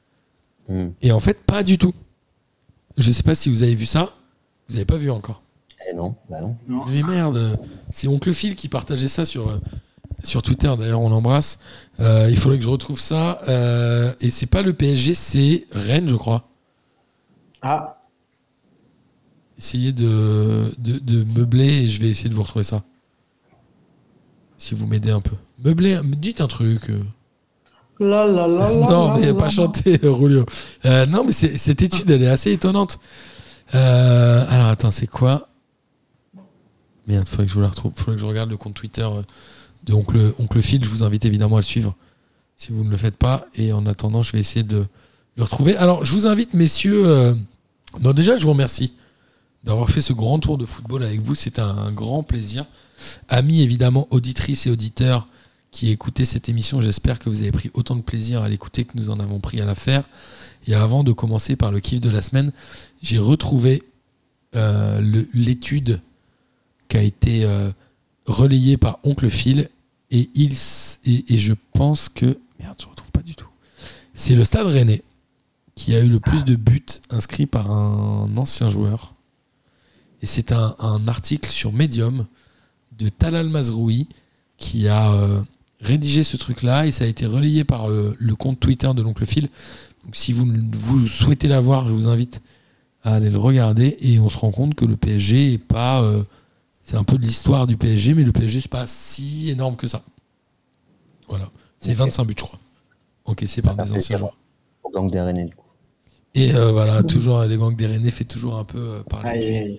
Et en fait, pas du tout. Je sais pas si vous avez vu ça. Vous avez pas vu encore ? Non, bah non. Mais merde, c'est Oncle Phil qui partageait ça sur Twitter, d'ailleurs on l'embrasse. Il faudrait que je retrouve ça. Et c'est pas le PSG, c'est Rennes, je crois. Ah. Essayez de meubler et je vais essayer de vous retrouver ça. Si vous m'aidez un peu. Meubler, dites un truc. Non, mais pas chanter, Rulio. Non, mais cette étude, elle est assez étonnante. Alors, attends, c'est quoi ? Merde, faudrait que je vous la retrouve. Faudrait que je regarde le compte Twitter de Oncle Phil. Je vous invite évidemment à le suivre si vous ne le faites pas. Et en attendant, je vais essayer de le retrouver. Alors, je vous invite, messieurs. Non, déjà, je vous remercie d'avoir fait ce grand tour de football avec vous. C'était un grand plaisir. Amis, évidemment, auditrices et auditeurs qui écoutez cette émission, j'espère que vous avez pris autant de plaisir à l'écouter que nous en avons pris à la faire. Et avant de commencer par le kiff de la semaine, j'ai retrouvé l'étude qui a été relayée par Oncle Phil et je pense que... Merde, je ne retrouve pas du tout. C'est le Stade Rennais qui a eu le plus de buts inscrits par un ancien joueur. Et c'est un article sur Medium de Talal Mazroui qui a rédigé ce truc-là et ça a été relayé par le compte Twitter de l'Oncle Phil. Donc si vous souhaitez la voir, je vous invite à aller le regarder et on se rend compte que le PSG est pas... c'est un peu de l'histoire du PSG, mais le PSG c'est pas si énorme que ça. Voilà. C'est 25 buts, je crois. Ok, c'est par des anciens joueurs. Au gang des Rennais, du coup. Et voilà, toujours les gangs des Rennais fait toujours un peu parler.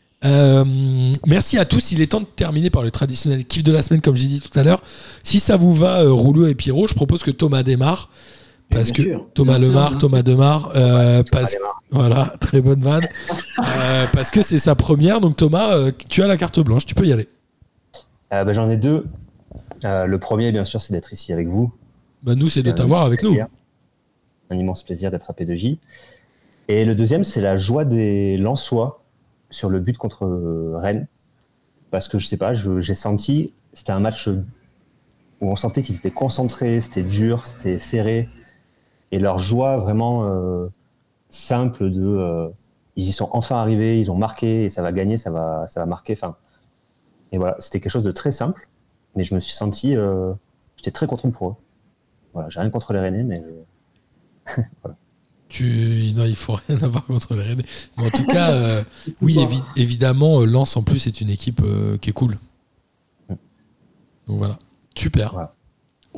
Merci à tous. Il est temps de terminer par le traditionnel kiff de la semaine, comme j'ai dit tout à l'heure. Si ça vous va, Roulio et Pierrot, je propose que Thomas démarre. Parce que Thomas Demar, voilà, très bonne vanne. Parce que c'est sa première. Donc Thomas, tu as la carte blanche, tu peux y aller. J'en ai deux. Le premier, bien sûr, c'est d'être ici avec vous. Nous, c'est de t'avoir avec nous. Un immense plaisir d'être à P2J. Et le deuxième, c'est la joie des Lensois sur le but contre Rennes. Parce que je sais pas, j'ai senti, c'était un match où on sentait qu'ils étaient concentrés, c'était dur, c'était serré. Et leur joie vraiment simple ils y sont enfin arrivés, ils ont marqué, et ça va gagner, ça va marquer. Et voilà, c'était quelque chose de très simple, mais je me suis senti, j'étais très content pour eux. Voilà, j'ai rien contre les Rennais, mais voilà. Non, il faut rien avoir contre les Rennais. Mais en tout cas, oui, évidemment, Lens en plus est une équipe qui est cool. Donc voilà, super. Voilà. Roulio ?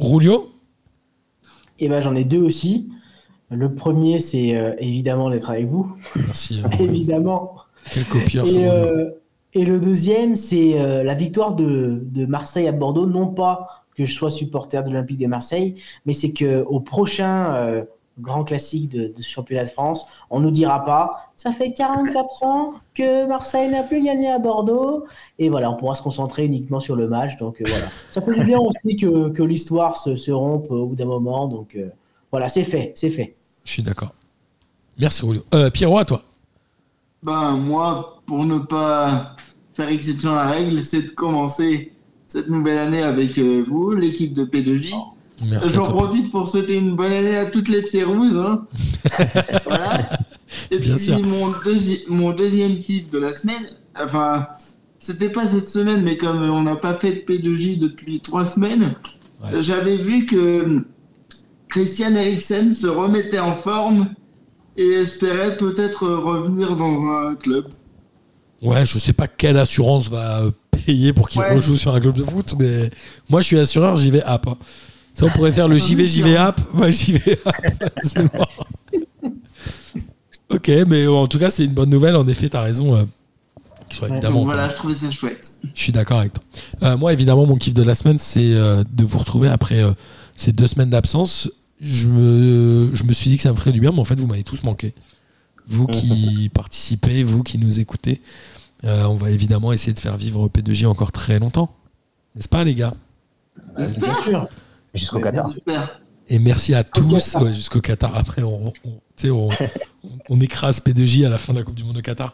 J'en ai deux aussi. Le premier, c'est évidemment d'être avec vous. Merci. Évidemment. Quel copieur, ce Roulio. Et le deuxième, c'est la victoire de Marseille à Bordeaux. Non pas que je sois supporter de l'Olympique de Marseille, mais c'est qu'au prochain grand classique de championnat de France, on ne nous dira pas « ça fait 44 ans que Marseille n'a plus gagné à Bordeaux ». Et voilà, on pourra se concentrer uniquement sur le match. Donc voilà, ça peut être bien aussi que l'histoire se rompe au bout d'un moment. Donc voilà, c'est fait. Je suis d'accord. Merci Roulio. Pierrot, à toi. Moi, pour ne pas faire exception à la règle, c'est de commencer cette nouvelle année avec vous, l'équipe de P2J. J'en profite pour souhaiter une bonne année à toutes les Pierrouses. Hein. Voilà. Et bien puis sûr. mon deuxième kiff de la semaine, c'était pas cette semaine, mais comme on n'a pas fait de P2J depuis 3 semaines, j'avais vu que Christian Eriksen se remettait en forme et espérait peut-être revenir dans un club. Ouais, je sais pas quelle assurance va payer pour qu'il rejoue sur un club de foot, mais moi je suis assureur, j'y vais app. Hein. Ça, on pourrait faire le j'y vais app. Ouais, j'y vais app. C'est mort. Ok, mais en tout cas, c'est une bonne nouvelle. En effet, t'as raison. Évidemment, donc voilà, je trouvais ça chouette. Je suis d'accord avec toi. Moi, évidemment, mon kiff de la semaine, c'est de vous retrouver après ces 2 semaines d'absence. Je me suis dit que ça me ferait du bien, mais en fait, vous m'avez tous manqué. Vous qui participez, vous qui nous écoutez. On va évidemment essayer de faire vivre P2J encore très longtemps. N'est-ce pas, les gars ? Bien sûr. Jusqu'au Qatar. Et merci à tous. Ouais, jusqu'au Qatar. Après, on écrase P2J à la fin de la Coupe du Monde au Qatar.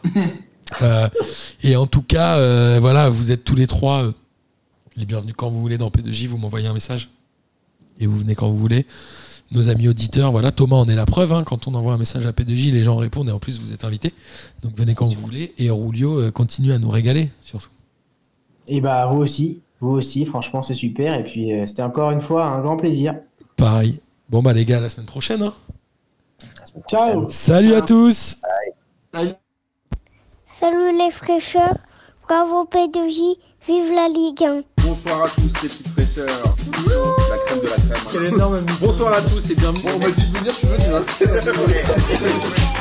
Et en tout cas, voilà, vous êtes tous les 3 les bienvenus quand vous voulez dans P2J. Vous m'envoyez un message et vous venez quand vous voulez. Nos amis auditeurs, voilà, Thomas en est la preuve. Hein, quand on envoie un message à P2J, les gens répondent et en plus vous êtes invités. Donc venez quand vous voulez. Et Roulio continue à nous régaler surtout. Et vous aussi, franchement c'est super. Et puis c'était encore une fois un grand plaisir. Pareil. Bon les gars, à la semaine prochaine. Hein. Ciao. Salut à tous. Salut. Salut les fraîcheurs. Bravo P2J. Vive la Ligue 1. Bonsoir à tous les petites fraîcheurs. La crème de la crème. Quel énorme. Bonsoir à tous et bienvenue. On m'a dit de venir, je suis venu. Hein.